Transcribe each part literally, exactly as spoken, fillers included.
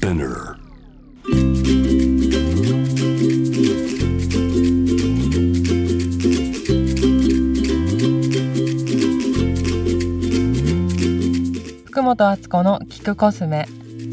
Spinner. 福本敦子の聞くコスメ。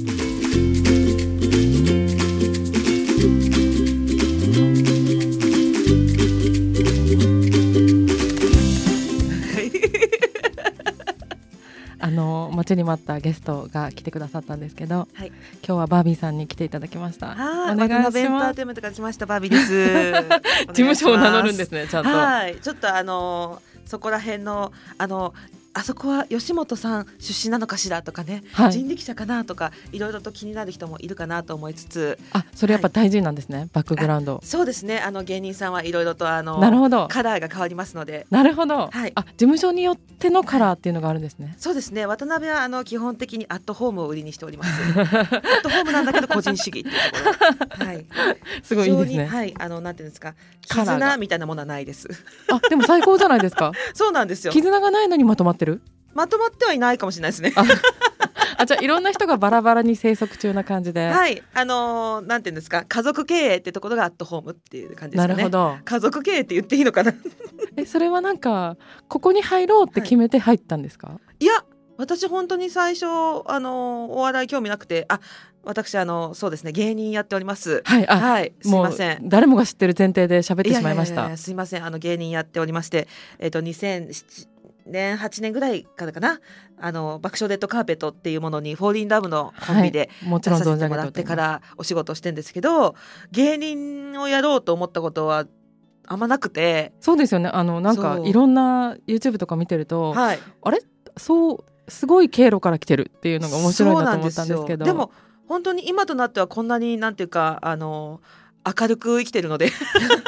あの待ちに待ったゲストが来てくださったんですけど、はい、今日はバービーさんに来ていただきました。 お願いします。渡辺エンターテインメントから来ましたバービーです事務所を名乗るんですね、ちゃんと。 はい、ちょっとあのそこら辺のあのあそこは吉本さん出身なのかしらとかね、はい、人力車かなとかいろいろと気になる人もいるかなと思いつつ、 あ、それやっぱ大事なんですね、はい、バックグラウンド。 そうですね、あの芸人さんはいろいろとあのなるほどカラーが変わりますので。 なるほど、 はい、 あ、事務所によってのカラーっていうのがあるんですね、はい、 そうですね。渡辺はあの基本的にアットホームを売りにしておりますアットホームなんだけど個人主義っていうところ、はい、 すごいいいですね。 はい、あのなんていうんですか、絆みたいなものはないですあ、でも最高じゃないですかそうなんですよ。 絆がないのにまとまってる。 まとまってはいないかもしれないですね。 ああ、じゃあいろんな人がバラバラに生息中な感じで、 はい、あのー、なんていうんですか、家族経営ってところがアットホームっていう感じですかね。 なるほど。 家族経営って言っていいのかなえ、それはなんかここに入ろうって決めて入ったんですか？はい、 いや、私本当に最初、あのー、お笑い興味なくて、あ、私あのそうですね、芸人やっております。 はい、あ、 はい、すいません。 誰もが知ってる前提で喋ってしまいました。 いやいやいやいや、すいません。あの芸人やっておりまして、えっとにせんななねんはちねんぐらいからかな、あの爆笑レッドカーペットっていうものにフォーリンラブのコンビで出させてもらってからお仕事してるんですけど、芸人をやろうと思ったことはあんまなくて。 そうですよね。あのなんかいろんな YouTube とか見てると、はい、あれ、そうすごい経路から来てるっていうのが面白いなと思ったんですけど、 でも本当に今となってはこんなになんていうか、あの明るく生きてるので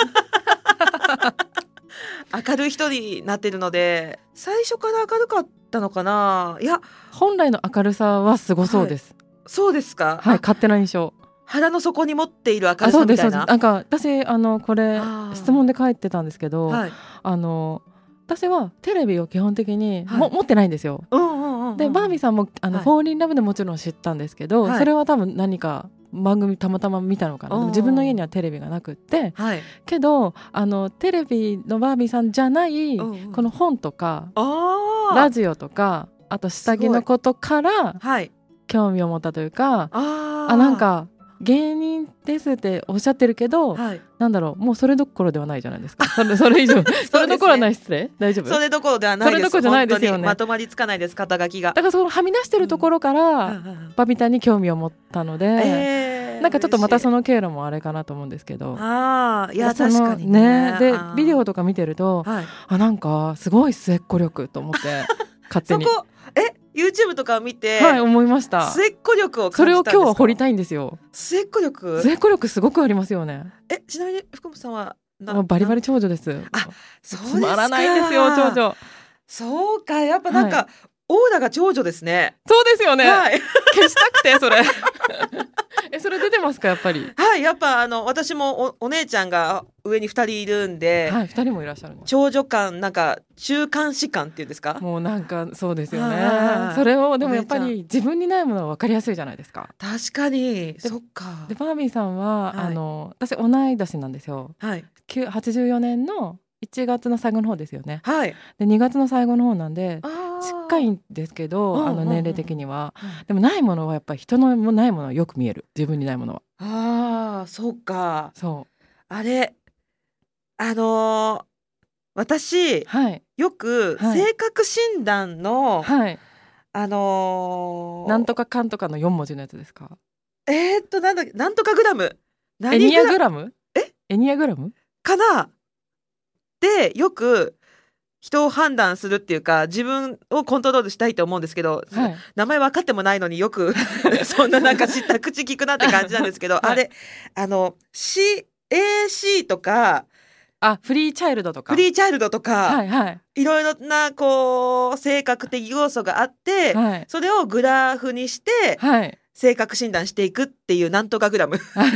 明るい人になってるので、最初から明るかったのかな。いや、 本来の明るさはすごそうです、 はい、そうですか。 はい、勝手な印象。 腹の底に持っている明るさみたいな。あ、そうです、そうです。 なんか私あのこれ質問で書いてたんですけど、はい、あの私はテレビを基本的にも、はい、持ってないんですよ、うんうんうんうん、でバービーさんもあの、はい、フォーリンラブでもちろん知ったんですけど、はい、それは多分何か番組たまたま見たのかな。でも自分の家にはテレビがなくって、はい、けどあのテレビのバービーさんじゃない、うんうん、この本とかラジオとか、あと下着のことから興味を持ったというか、ああ、なんか芸人ですっておっしゃってるけど、はい、なんだろう、もうそれどころではないじゃないですか。それ、それ以上それどころはない、失礼、大丈夫。 それどころではないです。それどころじゃないですよね。まとまりつかないです、肩書きが。 だからそのはみ出してるところから、うん、バビタに興味を持ったので、えー、なんかちょっとまたその経路もあれかなと思うんですけど。 ああ、いや確かに ね, ねでビデオとか見てると、はい、あ、なんかすごい末っ子力と思って勝手にそこえYouTube とかを見て、 はい、思いました。 末っ子力を感じたんですか？ それを今日は掘りたいんですよ。 末っ子力末っ子力すごくありますよね。 え、ちなみに福本さんはバリバリ長女です。 あ、そうですか。 つまらないですよ、長女。 そうか、やっぱなんか、はい、オーラが長女ですね。 そうですよね、 はい、 消したくてそれえ、それ出てますか、やっぱり。 はい、やっぱあの私も お, お姉ちゃんが上にふたりいるんで、 はい、ふたりもいらっしゃるの。 長女感、なんか中間子感っていうんですか。 もうなんかそうですよね。それをでもやっぱり自分にないものは分かりやすいじゃないですか。 確かに。そっか。 でバービーさんは、はい、あの私同い年なんですよ、はい、はちじゅうよねんのいちがつの最後の方ですよね、はい、でにがつの最後の方なんで近いんですけど、うんうんうん、あの年齢的には、うん、でもないものはやっぱり人のないものはよく見える、自分にないものは。 ああ、そうか。 そうあれあのー、私、はい、よく性格診断の、はい、あのー、 なんとかかんとかのよんもじのやつですか。 えー、っとなんだっけ、なんとかグラム、 エニアグラムえエニアグラムかな。でよく人を判断するっていうか、自分をコントロールしたいと思うんですけど、はい、名前分かってもないのによくそんななんか知った口聞くなって感じなんですけど、はい、あれあの シーエーシー とか、 あ、フリーチャイルドとかフリーチャイルドとか、 はいはい、 いろいろなこう性格的要素があって、はい、それをグラフにして、はい、性格診断していくっていうなんとかグラム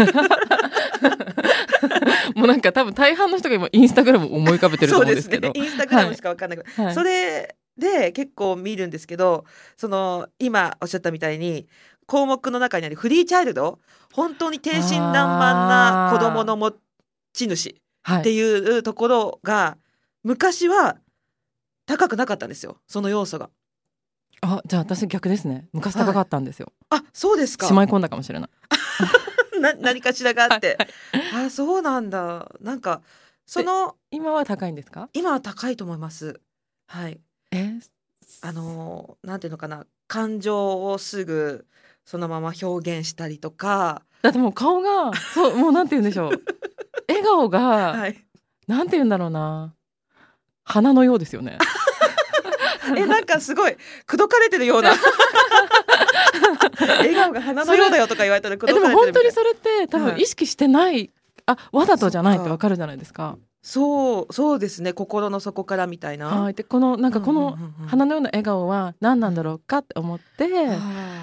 もうなんか多分大半の人が今インスタグラム思い浮かべてると思うんですけど、 そうですね、インスタグラムしか分かんないけど、はい、それで結構見るんですけど、その今おっしゃったみたいに項目の中にあるフリーチャイルド、本当に天真爛漫な子供の持ち主っていうところが、はい、昔は高くなかったんですよ、その要素が。 あ、じゃあ私逆ですね。昔高かったんですよ、 はい、あ、そうですか。 しまい込んだかもしれないな何かしらがあって、はいはい、あ、そうなんだ。なんかその今は高いんですか？ 今は高いと思います。はい。 えあのなんていうのかな、感情をすぐそのまま表現したりとか。 だってもう顔がそうもうなんて言うんでしょう笑顔が、はい、なんて言うんだろうな、花のようですよねえ、なんかすごい口説かれてるような笑顔が花のようだよとか言われたら口説かれてるみたい。 でも本当にそれって多分意識してない、はい、あ、わざとじゃないってわかるじゃないですか。 そうそうですね、心の底からみたいな。 はい、でこのなんかこの花のような笑顔は何なんだろうかって思って、うん、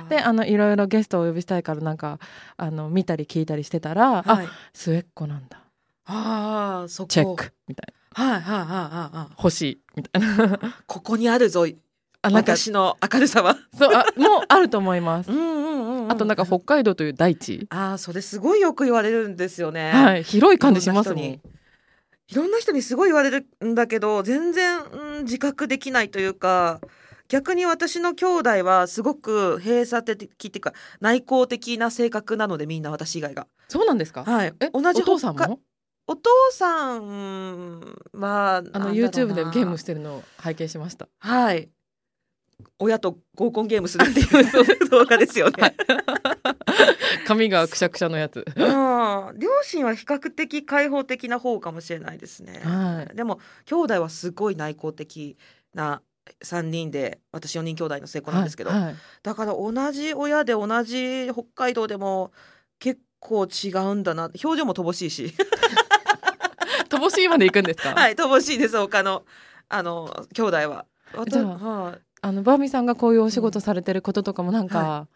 であのいろいろゲストをお呼びしたいからなんかあの見たり聞いたりしてたら、はい、あ、末っ子なんだ、 あ、そこチェックみたいな、はいはいはいはいはい、 欲しいみたいなここにあるぞ、あ、私の明るさはそう、あ、もうあると思いますうんうんうん、うん、あとなんか北海道という大地、 あ、それすごいよく言われるんですよね。 はい、広い感じしますもん。 いろんな人にすごい言われるんだけど全然、うん、自覚できないというか、逆に私の兄弟はすごく閉鎖的っていうか内向的な性格なので、みんな私以外が。 そうなんですか？ はい、 え、 同じお父さんも？ お父さんはあの YouTube でゲームしてるのを拝見しました。 はい、親と合コンゲームするっていう動画ですよね、はい、 髪がくしゃくしゃのやつうん、両親は比較的開放的な方かもしれないですね、はい、でも兄弟はすごい内向的なさんにんで、私よにん兄弟の末っ子なんですけど、はいはい、だから同じ親で同じ北海道でも結構違うんだな、表情も乏しいし乏しいまで行くんですか？ はい、乏しいです、他のあの兄弟は。 じゃあ、はい、あのバーミさんがこういうお仕事されてることとかもなんか、うん、はい、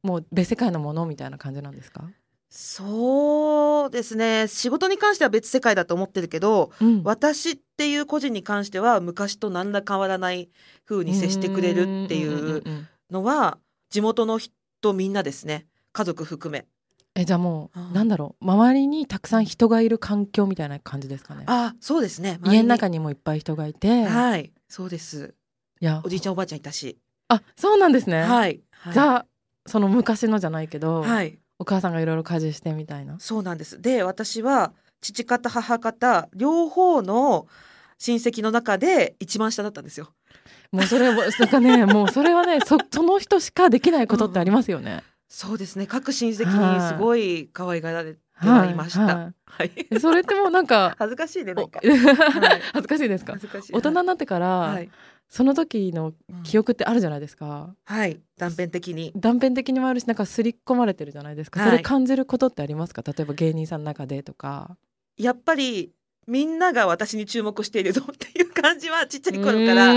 もう別世界のものみたいな感じなんですか？ そうですね、仕事に関しては別世界だと思ってるけど、うん、私っていう個人に関しては昔と何ら変わらない風に接してくれるっていうのは地元の人みんなですね、家族含め。 え、じゃあもうなんだろう、周りにたくさん人がいる環境みたいな感じですかね？ あ、そうですね、 家の中にもいっぱい人がいて。 はい、そうです。いや、おじいちゃんおばあちゃんいたし。 あ、そうなんですね、 はいはい、 じゃあその昔のじゃないけど、 はい、 お母さんがいろいろ家事してみたいな。 そうなんです。で、私は父方母方両方の親戚の中で一番下だったんですよ。 もうそれなんかねもうそれはね そ, その人しかできないことってありますよね、うん、 そうですね、各親戚にすごい可愛がられてはいました、はいはいはい、それってもうなんか恥ずかしいね、なんか、 はい、恥ずかしいですか？ 恥ずかしい、 大人になってから、はい、その時の記憶ってあるじゃないですか、うん、 はい、断片的に断片的にもあるし、なんか刷り込まれてるじゃないですか、はい、それ感じることってありますか？例えば芸人さんの中でとか。 やっぱりみんなが私に注目しているぞっていう感じはちっちゃい頃からあって、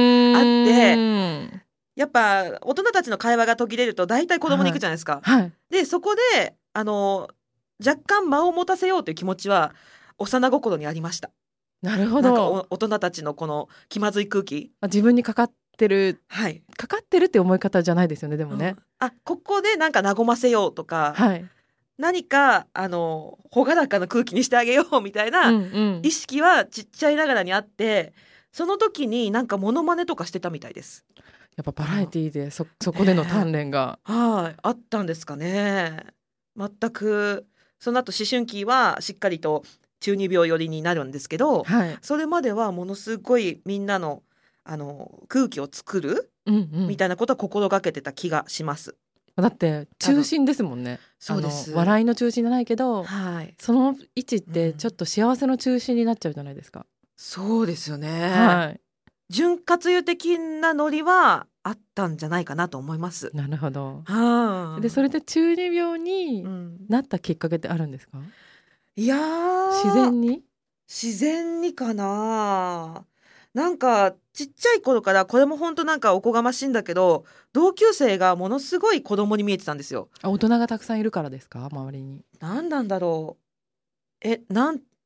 やっぱ大人たちの会話が途切れると大体子供に行くじゃないですか、はいはい、でそこであの若干間を持たせようという気持ちは幼心にありました。 なるほど。 なんか大人たちのこの気まずい空気、 自分にかかってる、 はい、 かかってるって思い方じゃないですよね、でもね、 うん、あ、ここでなんか和ませようとか、はい、何かあの朗らかな空気にしてあげようみたいな意識はちっちゃいながらにあって、うんうん、その時になんかモノマネとかしてたみたいです。 やっぱバラエティーで そ, そこでの鍛錬が、 えー、はい、あったんですかね。全くその後思春期はしっかりと中二病寄りになるんですけど、はい、それまではものすごいみんな の, あの空気を作る、うんうん、みたいなことは心がけてた気がします。 だって中心ですもんね。 そうです。 あの笑いの中心じゃないけど、 はい、 その位置ってちょっと幸せの中心になっちゃうじゃないですか、うん、 そうですよね、 はい、 潤滑油的なノリはあったんじゃないかなと思います。 なるほど、 はあ、 でそれで中二病になったきっかけってあるんですか？うん、 いや自然に自然にかな。なんかちっちゃい頃からこれも本当なんかおこがましいんだけど、同級生がものすごい子供に見えてたんですよ。 あ、大人がたくさんいるからですか？周りに。 何なんだろう、えなん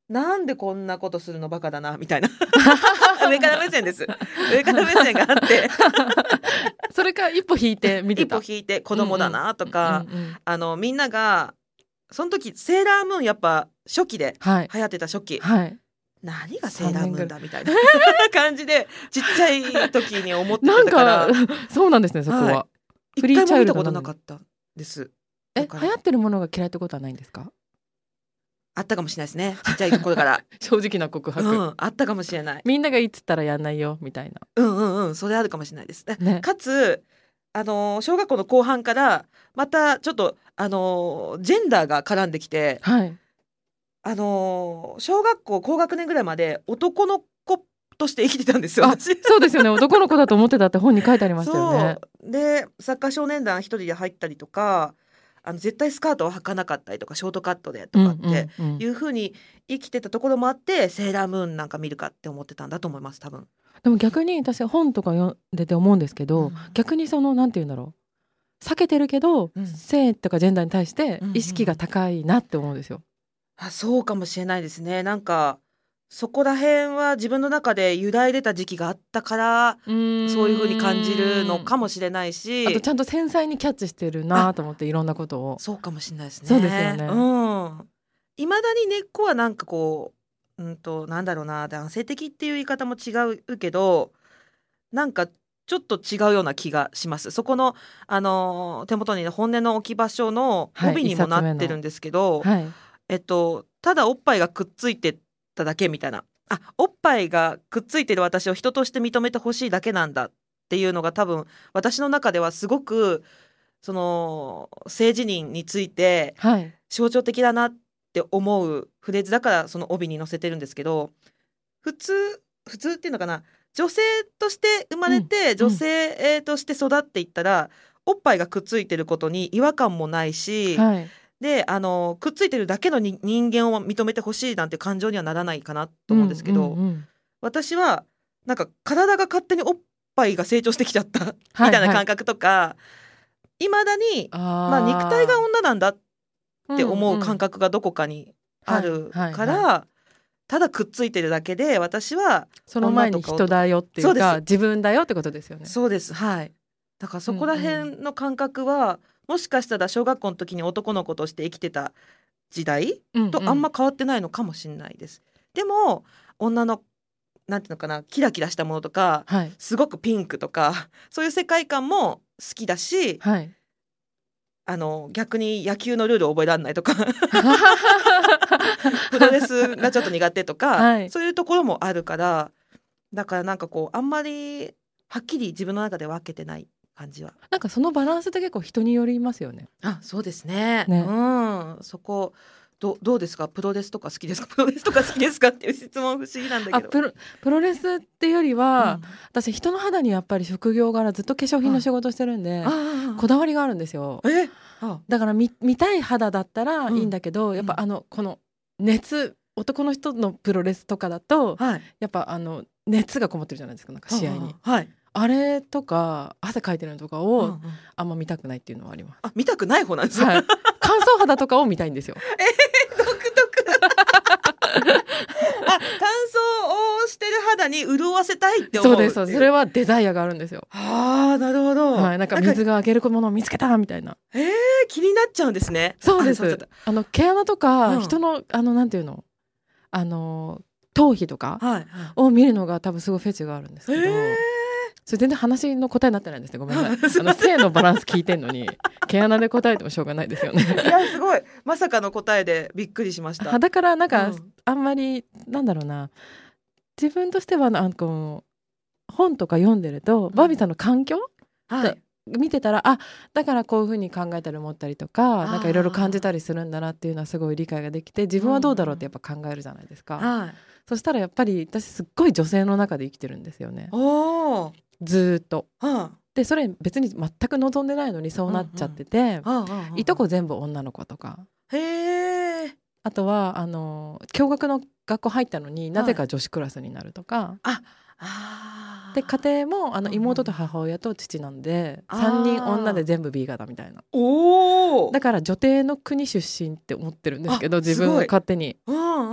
なんでこんなことするのバカだなみたいな上から目線です上から目線があってそれから一歩引いて見てた。 一歩引いて子供だなとか、うんうん、あのみんながその時セーラームーンやっぱ初期で流行ってた初期、はいはい、何がセーラームーンだみたいな感じでちっちゃい時に思ってたからなんかそうなんですねそこは、はい、 一回も見たことなかったです。 え流行ってるものが嫌いってことはないんですか？ あったかもしれないですねちっちゃい頃から正直な告白、 うん、あったかもしれない。 みんながいいっつったらやんないよみたいな。 うんうんうんそれあるかもしれないです、ね、かつあの小学校の後半からまたちょっとあのジェンダーが絡んできて、はい、あの小学校高学年ぐらいまで男の子として生きてたんですよ私。 そうですよね男の子だと思ってたって本に書いてありましたよね。 そうでサッカー少年団一人で入ったりとかあの絶対スカートを履かなかったりとかショートカットでとかっていう風に生きてたところもあって、うんうんうん、セーラームーンなんか見るかって思ってたんだと思います多分。 でも逆に私本とか読んでて思うんですけど、うん、逆にそのなんて言うんだろう避けてるけど、うん、性とかジェンダーに対して意識が高いなって思うんですよ、うんうん、あそうかもしれないですね。なんかそこら辺は自分の中で揺らいでた時期があったからそういう風に感じるのかもしれないし、 あとちゃんと繊細にキャッチしてるなと思っていろんなことを。 そうかもしれないですね。 そうですよね。 うん。未だに根っこはなんかこう、うんとなんだろうな男性的っていう言い方も違うけどなんかちょっと違うような気がします。そこの、あのー、手元に本音の置き場所の帯にもなってるんですけど、はいはい、えっとただおっぱいがくっついてただけみたいなあおっぱいがくっついてる私を人として認めてほしいだけなんだっていうのが多分私の中ではすごくその性自認について象徴的だなって思うフレーズだからその帯に載せてるんですけど普通普通っていうのかな女性として生まれて、うん、女性として育っていったら、うん、おっぱいがくっついてることに違和感もないし、はい、であのくっついてるだけのに人間を認めてほしいなんて感情にはならないかなと思うんですけど、うんうんうん、私はなんか体が勝手におっぱいが成長してきちゃったみたいな感覚とかいま、はいはい、だにまあ、肉体が女なんだって思う感覚がどこかにあるから、うんうんはいはいはい、ただくっついてるだけで私はその前に人だよっていうか自分だよってことですよね。 そうですはいだからそこら辺の感覚は、うんうん、もしかしたら小学校の時に男の子として生きてた時代とあんま変わってないのかもしれないです、うんうん、でも女のなんていうのかなキラキラしたものとか、はい、すごくピンクとかそういう世界観も好きだし、はい、あの逆に野球のルールを覚えられないとかプロレスがちょっと苦手とか、はい、そういうところもあるからだからなんかこうあんまりはっきり自分の中で分けてない感じはなんかそのバランスって結構人によりますよね。 あそうです ね, ねうんそこ ど, どうですかプロレスとか好きですかプロレスとか好きですかっていう質問不思議なんだけどあ プ, ロプロレスっていうよりは、うん、私人の肌にやっぱり職業柄ずっと化粧品の仕事してるんでこだわりがあるんですよ。えだから 見, 見たい肌だったらいいんだけど、うん、やっぱあのこの熱男の人のプロレスとかだと、はい、やっぱあの熱がこもってるじゃないですかなんか試合に、はい、あれとか汗かいてるのとかをあんま見たくないっていうのはあります。 あ見たくない方なんですか、はい、 乾燥肌とかを見たいんですよえー、独特あ乾燥をしてる肌に潤わせたいって思う。 そうですそうですそれはデザイアがあるんですよ。 あーなるほど、 はい、なんか水があげるものを見つけたみたいなえー、気になっちゃうんですね。 そうです あ, あの毛穴とか、うん、人のあのなんていうのあの頭皮とかを見るのが多分すごいフェチがあるんですけど、えー、それ全然話の答えになってないんですねごめんなさいあの性のバランス聞いてんのに毛穴で答えてもしょうがないですよねいやすごいまさかの答えでびっくりしました。 だからなんか、うん、あんまりなんだろうな自分としてはなんか本とか読んでると、うん、バービーさんの環境、はい、見てたらあだからこういう風に考えたり思ったりとかなんかいろいろ感じたりするんだなっていうのはすごい理解ができて自分はどうだろうってやっぱ考えるじゃないですか、うんはい、そしたらやっぱり私すっごい女性の中で生きてるんですよねおずっと、はあ、でそれ別に全く望んでないのにそうなっちゃってて、うんうんはあはあ、いとこ全部女の子とかへーあとはあの共学の学校入ったのになぜか女子クラスになるとか、はい、ああで家庭もあの妹と母親と父なんで、うん、さんにん女で全部 B 型みたいなおだから女帝の国出身って思ってるんですけど自分は勝手に、うんうんうん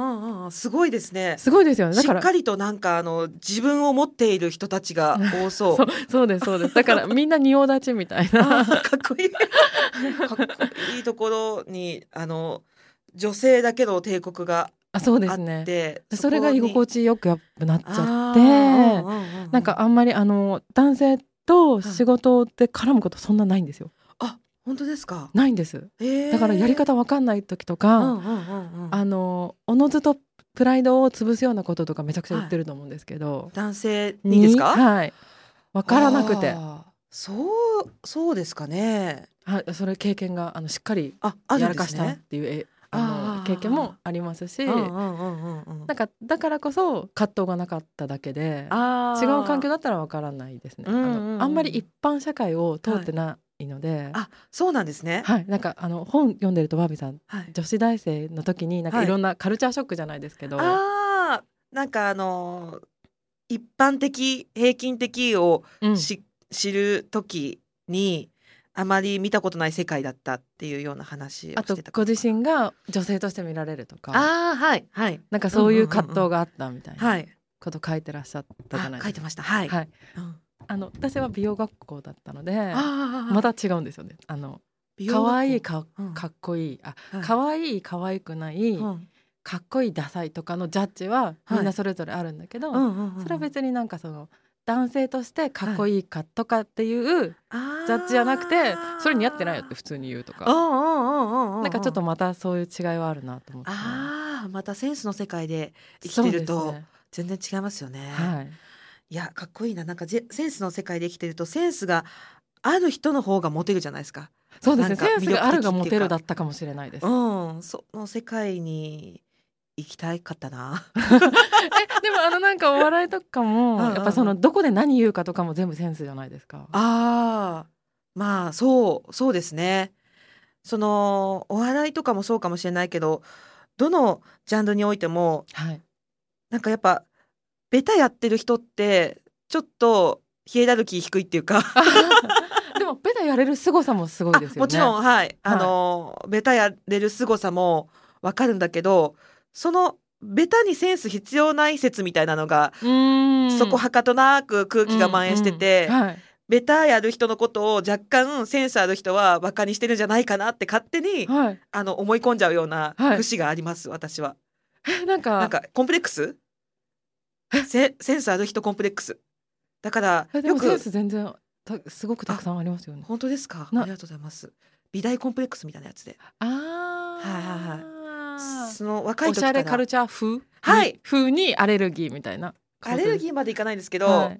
あすごいですね。 すごいですよね。だからしっかりとなんかあの自分を持っている人たちが多そうそう、そうですそうです。だからみんな仁王立ちみたいなかっこいいかっこいいところにあの女性だけの帝国があって、 あそうですね、そ, それが居心地よくやっぱなっちゃって、うんうんうん、なんかあんまりあの男性と仕事で絡むことそんなないんですよ。 あ、本当ですか？ ないんです。だからやり方わかんない時とか、うんうんうんうん、あのおのずとプライドを潰すようなこととかめちゃくちゃ言ってると思うんですけど、はい、 男性にですか？ はい、わからなくて。 そうそうですかね。 はい、それ経験があのしっかりやらかしたっていう、あの経験もありますし、なんかだからこそ葛藤がなかっただけで、あ違う環境だったらわからないですね、うんうんうん、あのあんまり一般社会を通ってないので、はい、 あそうなんですね。 はい、なんかあの本読んでるとバービーさん、はい、女子大生の時になんかいろんなカルチャーショックじゃないですけど、はい、 あなんかあの一般的平均的をし、うん、知る時にあまり見たことない世界だったっていうような話をしてた。 あとご自身が女性として見られるとか、 あ、はいはい、 なんかそういう葛藤があったみたいなこと書いてらっしゃったじゃないですか。 書いてました。はい、はいうん、あの私は美容学校だったのでまた違うんですよね。あの可愛いか、かっこいい、あ、はい、可愛い可愛くない、うん、かっこいいダサいとかのジャッジはみんなそれぞれあるんだけど、はい、それは別になんかその男性としてかっこいいかとかっていうジャッジじゃなくて、それ似合ってないよって普通に言うとか、なんかちょっとまたそういう違いはあるなと思って、 あまたセンスの世界で生きてると全然違いますよね。はい、いやかっこいいな。なんかセンスの世界で生きてるとセンスがある人の方がモテるじゃないですか。 そうですね、センスがあるがモテるだったかもしれないです。 うん、その世界に行きたかったなえでもあのなんかお笑いとかもやっぱそのどこで何言うかとかも全部センスじゃないですか。 あまあそうそうですね。そのお笑いとかもそうかもしれないけど、どのジャンルにおいても、はい、なんかやっぱベタやってる人ってちょっとヒエラルキー低いっていうかでもベタやれる凄さもすごいですよね。 もちろん、はい、あの、はい、ベタやれる凄さもわかるんだけど、そのベタにセンス必要ない説みたいなのがそこはかとなく空気が蔓延してて、うんうんはい、ベタやる人のことを若干センスある人はバカにしてるんじゃないかなって勝手に、はい、あの思い込んじゃうような節があります、はい、私は。 なんか、 なんかコンプレックスセ, センスある人コンプレックスだからよく。 でもセンス全然すごくたくさんありますよね。 本当ですか？ありがとうございます。美大コンプレックスみたいなやつで、 あはいはいはいその若い時からおしゃれカルチャー風、 はい、 風にアレルギーみたいな。 アレルギーまでいかないんですけど、はい、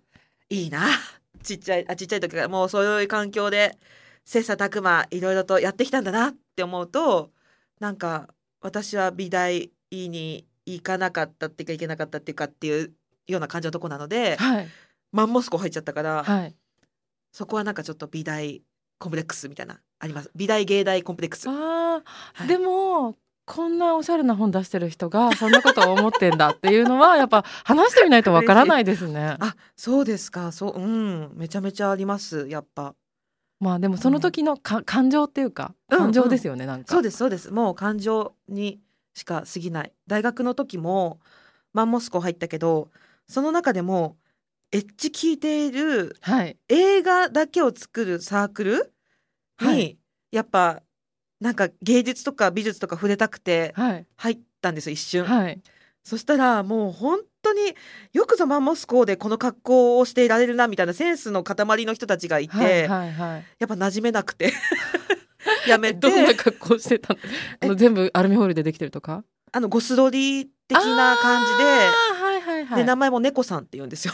いいなちっちゃいあちっちゃい時からもうそういう環境で切磋琢磨いろいろとやってきたんだなって思うと、なんか私は美大に行かなかったっていうか行けなかったっていうかっていうような感じのとこなので、はい、マンモス校入っちゃったから、はい、そこはなんかちょっと美大コンプレックスみたいなあります。美大芸大コンプレックス。 あ、はい、でもこんなおしゃれな本出してる人がそんなことを思ってんだっていうのはやっぱ話してみないとわからないですね。 あ、そうですか。そう、うん、めちゃめちゃありますやっぱ。 まあでもその時のか、うん、感情っていうか感情ですよね、うんうん、なんかそうですそうです。もう感情にしか過ぎない。大学の時もマンモス校入ったけど、その中でもエッジ聞いている映画だけを作るサークルに、はい、やっぱなんか芸術とか美術とか触れたくて入ったんですよ、一瞬、はい、そしたらもう本当によくぞマンモス校でこの格好をしていられるなみたいなセンスの塊の人たちがいて、はいはいはい、やっぱ馴染めなくてやめて。 どんな格好してたの？あの全部アルミホイルでできてるとか、 あのゴスロリ的な感じで、はいはいはい、で名前も猫さんって言うんですよ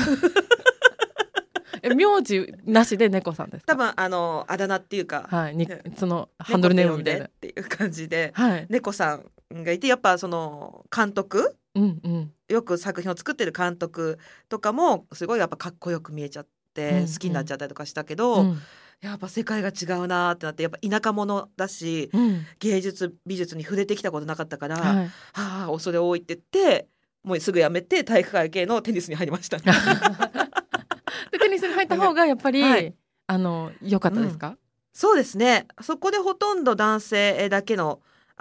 名字なしで猫さんですか？ 多分あのあだ名っていうか、 はい、そのハンドルネームみたいなっていう感じで、はい、猫さんがいて、やっぱその監督、うんうん、よく作品を作ってる監督とかもすごいやっぱかっこよく見えちゃって好きになっちゃったりとかしたけど、うんうん、やっぱ世界が違うなってなって、やっぱ田舎者だし、うん、芸術美術に触れてきたことなかったから、はい、はあ恐れ多いって言ってもうすぐやめて体育会系のテニスに入りましたでテニスに入った方がやっぱり、はい、あの良かったですか？うん、 そうですね。そこでほとんど男性だけの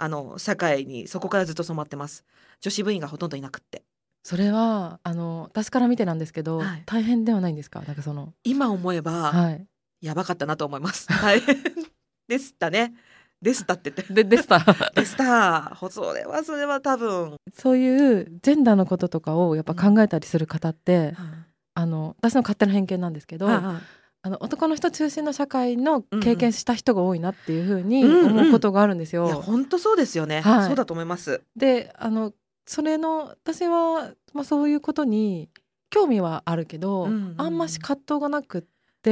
あの社会にそこからずっと染まってます。女子部員がほとんどいなくって。 それはあの私から見てなんですけど、はい、大変ではないんですか？なんかその今思えば、はい、やばかったなと思います大変でしたね。でしたって言ってででしたでしたそれはそれは多分そういうジェンダーのこととかをやっぱ考えたりする方って、うん、あの私の勝手な偏見なんですけど、はあ、あの男の人中心の社会の経験した人が多いなっていうふうに思うことがあるんですよ。 うんうん、いや本当そうですよね、はい、そうだと思います。 であのそれの私は、まあ、そういうことに興味はあるけど、うんうんうん、あんまし葛藤がなくって、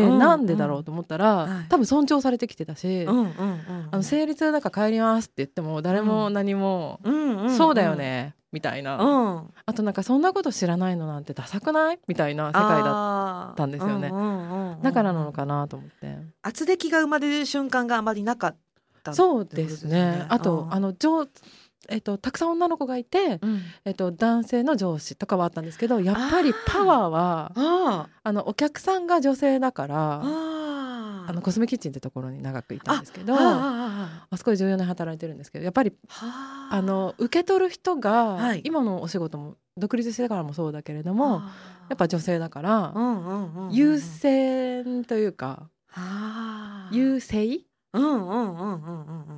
うんうん、なんでだろうと思ったら、はい、多分尊重されてきてたし、うんうんうんうん、あの生理痛だから帰りますって言っても誰も何も、うんうんうんうん、そうだよねみたいな、うん、あとなんかそんなこと知らないのなんてダサくないみたいな世界だったんですよね、うんうんうんうん、だからなのかなと思って。 圧力が生まれる瞬間があまりなかったってことですね。 そうですね。あとあの上えっと、たくさん女の子がいて、うんえっと、男性の上司とかはあったんですけど、やっぱりパワーは あ, あのお客さんが女性だから、ああのコスメキッチンってところに長くいたんですけど、 あ, あそこでじゅうよねん働いてるんですけど、やっぱりあの受け取る人が、はい、今のお仕事も独立してからもそうだけれどもやっぱ女性だから、うんうんうんうん、優先というか優勢うんうんうんうんうん、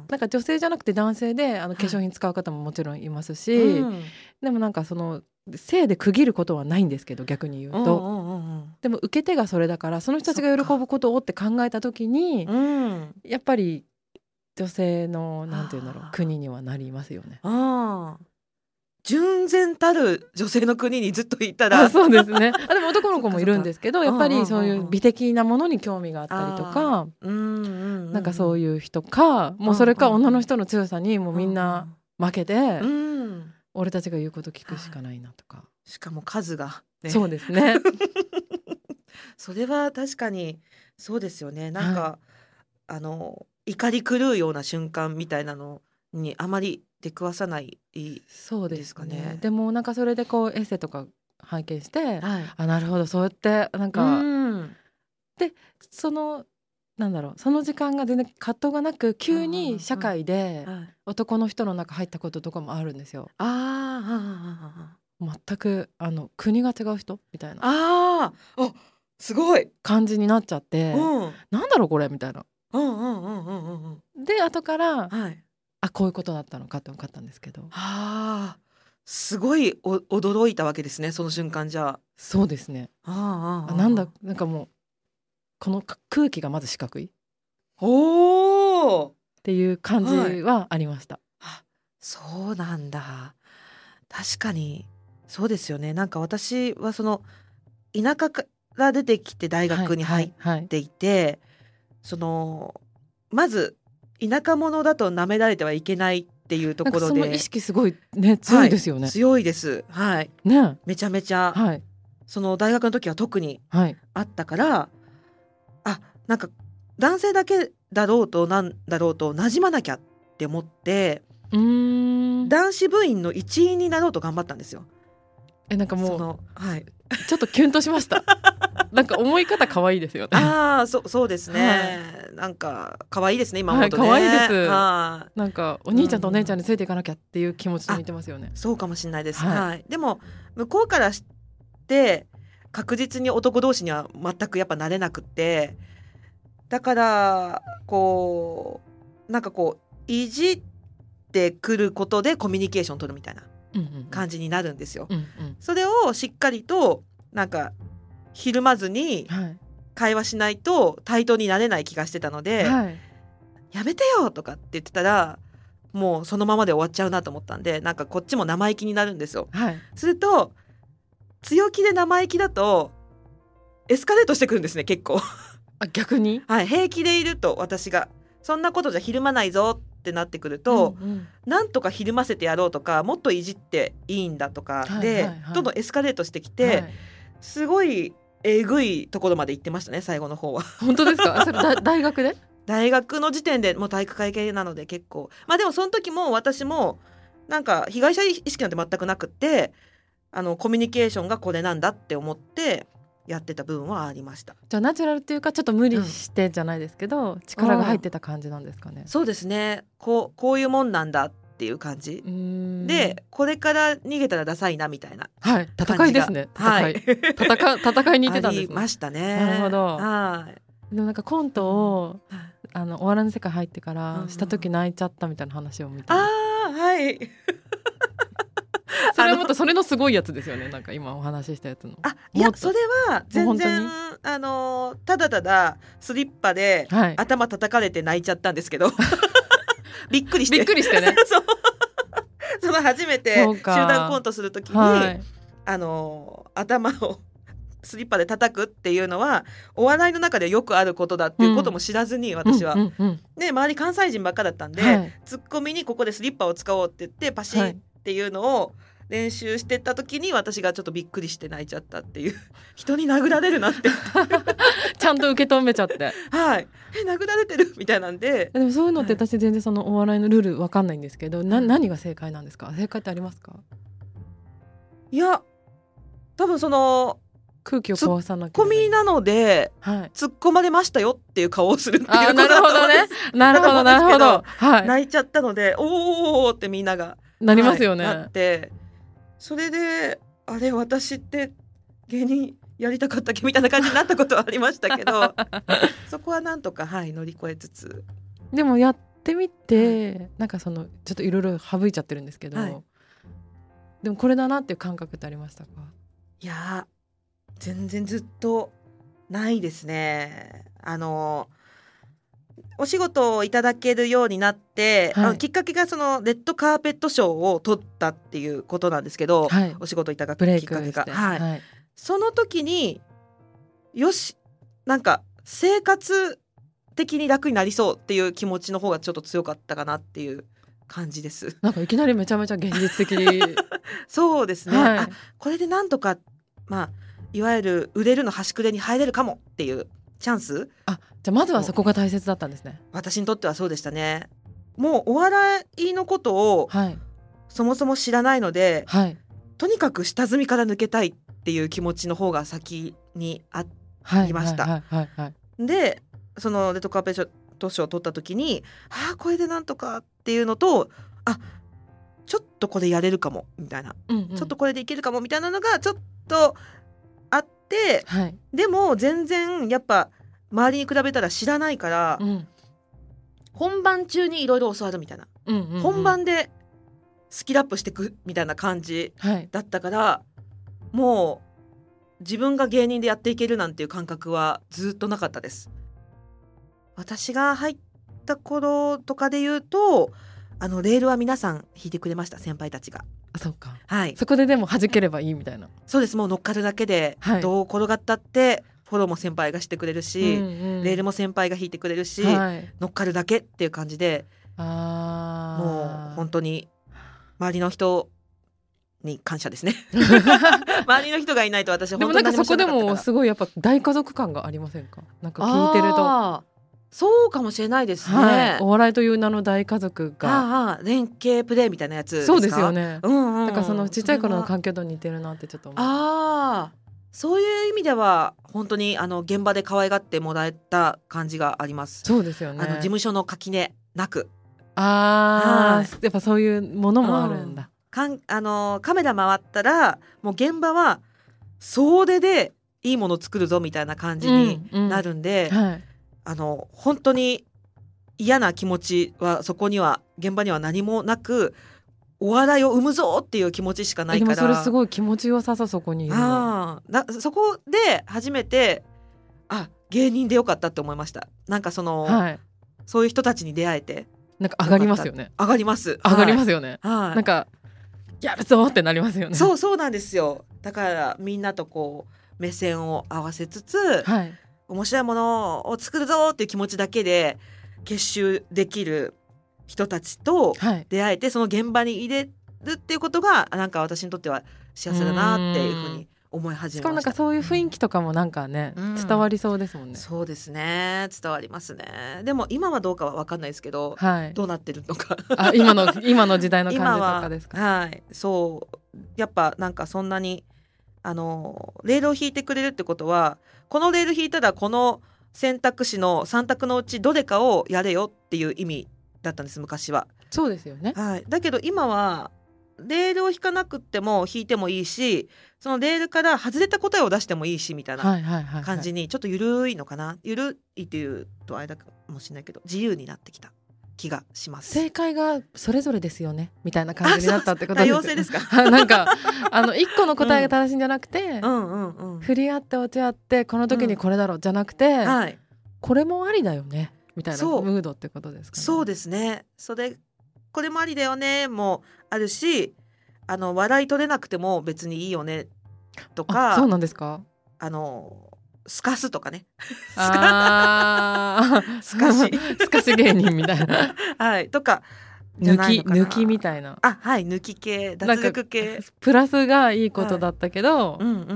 なんか女性じゃなくて男性であの化粧品使う方ももちろんいますし、はいうん、でもなんかその性で区切ることはないんですけど、逆に言うと、うんうんうん、でも受け手がそれだから、その人たちが喜ぶことをって考えた時に、うん、やっぱり女性のなんていうんだろう国にはなりますよね。あ純然たる女性の国にずっといたらそうですね。あでも男の子もいるんですけどやっぱりそういう美的なものに興味があったりとか、うんうんうん、なんかそういう人か、もうそれか女の人の強さにもうみんな負けて、うん、俺たちが言うこと聞くしかないなとか、 しかも数が、ね、 そうですねそれは確かにそうですよね。なんか、はい、あの怒り狂うような瞬間みたいなのにあまり出くわさないそうですかね。でもなんかそれでこうエッセイとか拝見して、はい、あなるほどそうやってなんか、うん、でそのなんだろうその時間が全然葛藤がなく急に社会で男の人の中入ったこととかもあるんですよ。あ全くあの国が違う人みたいなああすごい感じになっちゃって、うん、なんだろうこれみたいな、うんうんうんうんうん、で後から、はい、あこういうことだったのかって分かったんですけど、はあすごいお驚いたわけですねその瞬間。じゃあそうですね。あああなんだなんかもうこの空気がまず四角いおっていう感じはありました、 はい、そうなんだ。確かにそうですよね。なんか私はその田舎から出てきて大学に入っていて、はいはいはい、そのまず田舎者だと舐められてはいけないっていうところで、 その意識すごいね強いですよね、 はい、強いですはいねめちゃめちゃ、はい、その大学の時は特にあったから、はい、あなんか男性だけだろうとなんだろうと馴染まなきゃって思ってうーん男子部員の一員になろうと頑張ったんですよ。 えなんかもうその、はい、ちょっとキュンとしましたなんか思い方可愛いですよね。 ああ、そそうですね、はい、なんか可愛いですね今思うとね、 はい、可愛いです、はあ、なんかお兄ちゃんとお姉ちゃんについていかなきゃっていう気持ちと似てますよね、 うん、そうかもしれないです、はいはい、でも向こうからして確実に男同士には全くやっぱなれなくって、だからこうなんかこういじってくることでコミュニケーション取るみたいな感じになるんですよ、うんうん、それをしっかりとなんかひるまずに会話しないと対等になれない気がしてたので、はい、やめてよとかって言ってたらもうそのままで終わっちゃうなと思ったんで、なんかこっちも生意気になるんですよ、はい、すると強気で生意気だとエスカレートしてくるんですね結構あ逆に、 はい、平気でいると私がそんなことじゃひるまないぞってなってくると、うんうん、なんとかひるませてやろうとかもっといじっていいんだとかで、はいはいはい、どんどんエスカレートしてきて、はい、すごいえぐいところまで行ってましたね最後の方は。 本当ですか？それだ大学で大学の時点でもう体育会系なので結構まあでもその時も私もなんか被害者意識なんて全くなくってあのコミュニケーションがこれなんだって思ってやってた部分はありました。 じゃあナチュラルっていうかちょっと無理してじゃないですけど、うん、力が入ってた感じなんですかね。 そうですねこう、こういうもんなんだっっていう感じで、これから逃げたらダサいなみたいな、 はい、戦いですね。戦い、はい、戦, 戦いに行ってたんですね。 ありましたね。 なるほど。 はい。 でもなんかコントを、うん、あのお笑いの世界入ってからした時泣いちゃったみたいな話を見て、 うん、ああはいそれはもっとそれのすごいやつですよね。なんか今お話ししたやつの。 あ、いやそれは全然あのただただスリッパで頭叩かれて泣いちゃったんですけど、はい、びっくりしてびっくりしてねそうその初めて集団コントするときに、はい、あの頭をスリッパで叩くっていうのはお笑いの中でよくあることだっていうことも知らずに、うん、私は、うんうんうん、で周り関西人ばっかだったんで、はい、ツッコミにここでスリッパを使おうって言ってパシッっていうのを練習してた時に私がちょっとびっくりして泣いちゃったっていう、人に殴られるなってちゃんと受け止めちゃってはいえ殴られてるみたいなんで。 でもそういうのって私全然そのお笑いのルール分かんないんですけど、はい、な何が正解なんですか？正解ってありますか？ いや多分その空気を壊さなきゃツッコミなので、はい、突っ込まれましたよっていう顔をするっていうことだと思うんです。 なるほどね、なるほどなるほど、 はい、泣いちゃったのでおーってみんながなりますよね、 はい、なって、それであれ私って芸人やりたかったっけみたいな感じになったことはありましたけどそこはなんとか、はい、乗り越えつつ。 でもやってみて、はい、なんかそのちょっといろいろ省いちゃってるんですけど、はい、でもこれだなっていう感覚ってありましたか？ いや全然ずっとないですね。あのお仕事をいただけるようになって、はい、あのきっかけがそのレッドカーペット賞を取ったっていうことなんですけど、はい、お仕事いただくきっかけが、はいはい、その時によしなんか生活的に楽になりそうっていう気持ちの方がちょっと強かったかなっていう感じです。 なんかいきなりめちゃめちゃ現実的そうですね、はい、あこれでなんとかまあいわゆる売れるの端くれに入れるかもっていうチャンス。 あ、じゃあまずはそこが大切だったんですね。 私にとってはそうでしたね。もうお笑いのことを、はい、そもそも知らないので、はい、とにかく下積みから抜けたいっていう気持ちの方が先にありました。でそのレッドカーペット賞を取った時にあこれでなんとかっていうのとあちょっとこれやれるかもみたいな、うんうん、ちょっとこれでいけるかもみたいなのがちょっとあって、はい、でも全然やっぱ周りに比べたら知らないから、うん、本番中にいろいろ教わるみたいな、うんうんうん、本番でスキルアップしていくみたいな感じだったから、はい、もう自分が芸人でやっていけるなんていう感覚はずっとなかったです。私が入った頃とかで言うとあのレールは皆さん引いてくれました、先輩たちが。 あ、そうか、 はい、 そこででも弾ければいいみたいな。 そうです、もう乗っかるだけで、はい、どう転がったってフォローも先輩がしてくれるし、うんうん、レールも先輩が引いてくれるし、はい、乗っかるだけっていう感じで、あもう本当に周りの人に感謝ですね周りの人がいないと私は本当に何もしなかったから。でもなんかそこでもすごいやっぱ大家族感がありませんか？なんか聞いてるとそうかもしれないですね、はい、 お笑いという名の大家族がああ連携プレーみたいなやつですか？ そうですよね、うんうん、だからそのちっちゃい頃の環境と似てるなってちょっと思う。 ああそういう意味では本当にあの現場で可愛がってもらえた感じがあります。 そうですよね、 あの事務所の垣根なく。 あ、はい、やっぱそういうものもあるんだ、うん、 かんあのカメラ回ったらもう現場は総出でいいもの作るぞみたいな感じになるんで、うんうん、はい、あの本当に嫌な気持ちはそこには現場には何もなくお笑いを生むぞっていう気持ちしかないから。 でもそれすごい気持ちよさそう、そこにいるの。 あなそこで初めてあ芸人でよかったって思いました。なんかその、はい、そういう人たちに出会えてなんか上がりますよね。 上がります上がりますよね、はい、なんかやるぞってなりますよね。 そうそうなんですよ。だからみんなとこう目線を合わせつつ、はい、面白いものを作るぞっていう気持ちだけで結集できる人たちと出会えて、はい、その現場に入れるっていうことがなんか私にとっては幸せだなっていうふうに思い始めました。 しかもなんかそういう雰囲気とかもなんかね、うん、伝わりそうですもんね。 そうですね、伝わりますね。でも今はどうかは分かんないですけど、はい、どうなってるのかあ 今の今の時代の感じとかですか？ はい、そうやっぱなんかそんなにあのレールを引いてくれるってことはこのレール引いたらこの選択肢のさん択のうちどれかをやれよっていう意味だったんです昔は。 そうですよね、 はい、だけど今はレールを引かなくっても引いてもいいし、そのレールから外れた答えを出してもいいしみたいな感じにちょっとゆるいのかな、ゆるいっていうとあれだかもしれないけど自由になってきた気がします。 正解がそれぞれですよねみたいな感じになったってことですよ。 多様性ですかなんかあのいっこの答えが正しいんじゃなくて、 うんうんうんうん、 振り合って落ち合ってこの時にこれだろうじゃなくて、 はい、 これもありだよねみたいなムードってことですかね。 そうですね。それこれもありだよねもあるし、あの笑い取れなくても別にいいよねとか。 あ、そうなんですか。 あのスカスとかねあスカシスカシ芸人みたいなはいとか抜き抜きみたいな、 あ、はい、抜き系脱力系プラスがいいことだったけど、 はい、うんうんうん、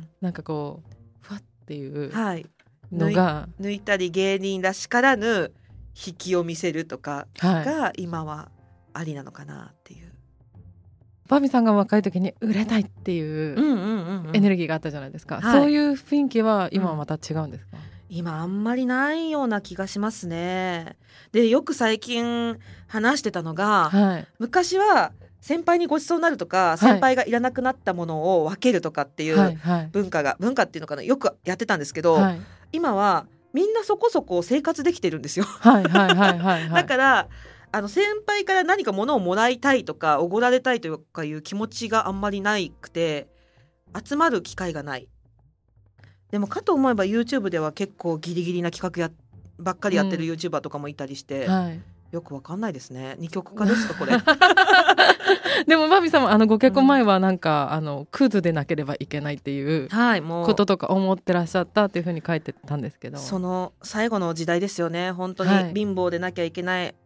なんかこうふわっていうはいのが、 抜いたり芸人らしからぬ引きを見せるとかが今はありなのかなっていう、はい、 バービーさんが若い時に売れたいっていうエネルギーがあったじゃないですか、うんうんうんうん、そういう雰囲気は今はまた違うんですか？ うん、今あんまりないような気がしますね。でよく最近話してたのが、はい、昔は先輩にごちそうになるとか、先輩がいらなくなったものを分けるとかっていう文化が、はいはい、文化っていうのかな、よくやってたんですけど、はい、今はみんなそこそこ生活できてるんですよ。はいはいはいはい、はい、だからあの先輩から何か物をもらいたいとかおごられたいとかいう気持ちがあんまりなくて集まる機会がない。でもかと思えば YouTube では結構ギリギリな企画やばっかりやってる YouTuber とかもいたりして、うん、はい、よくわかんないですね。二極化ですかこれでもバービーさんもあのご結婚前はなんか、うん、あのクズでなければいけないっていうこととか思ってらっしゃったっていうふうに書いてたんですけど、 その最後の時代ですよね。本当に貧乏でなきゃいけない、はい、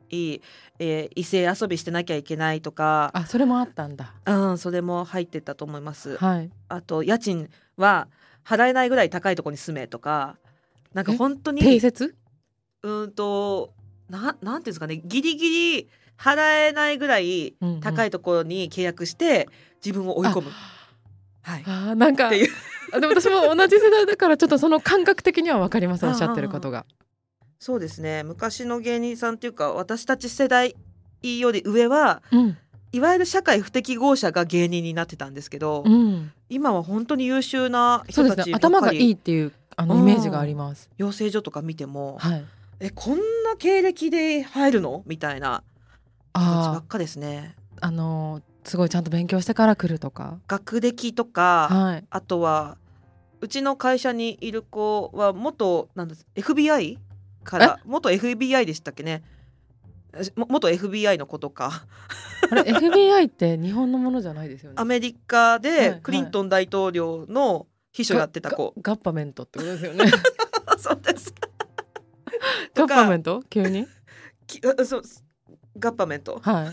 えー、異性遊びしてなきゃいけないとか、 あ、それもあったんだ。 うん、それも入ってたと思います、はい、あと家賃は払えないぐらい高いところに住めとか、なんか本当に定説うんと な, なんていうんですかね、ギリギリ払えないぐらい高いところに契約して自分を追い込む、うんうん、はい、 あ、なんかっていうでも私も同じ世代だからちょっとその感覚的には分かりますおっしゃってることが。 そうですね、昔の芸人さんっていうか私たち世代より上は、うん、いわゆる社会不適合者が芸人になってたんですけど、うん、今は本当に優秀な人たちばっかり、そうですね、 頭がいいっていうあのイメージがあります、 うん、養成所とか見ても、はい、えこんな経歴で入るのみたいな人たちばっかですね。 あのすごいちゃんと勉強してから来るとか学歴とか、はい、あとはうちの会社にいる子は元なんです エフビーアイ から元 エフビーアイ でしたっけね、元 エフビーアイ の子とかあれ エフビーアイ って日本のものじゃないですよね。 アメリカでクリントン大統領の秘書やってた子、はいはい、ガ, ガ, ガッパメントってことですよねそうですガッパメント急にきそうガッパメント、 はい、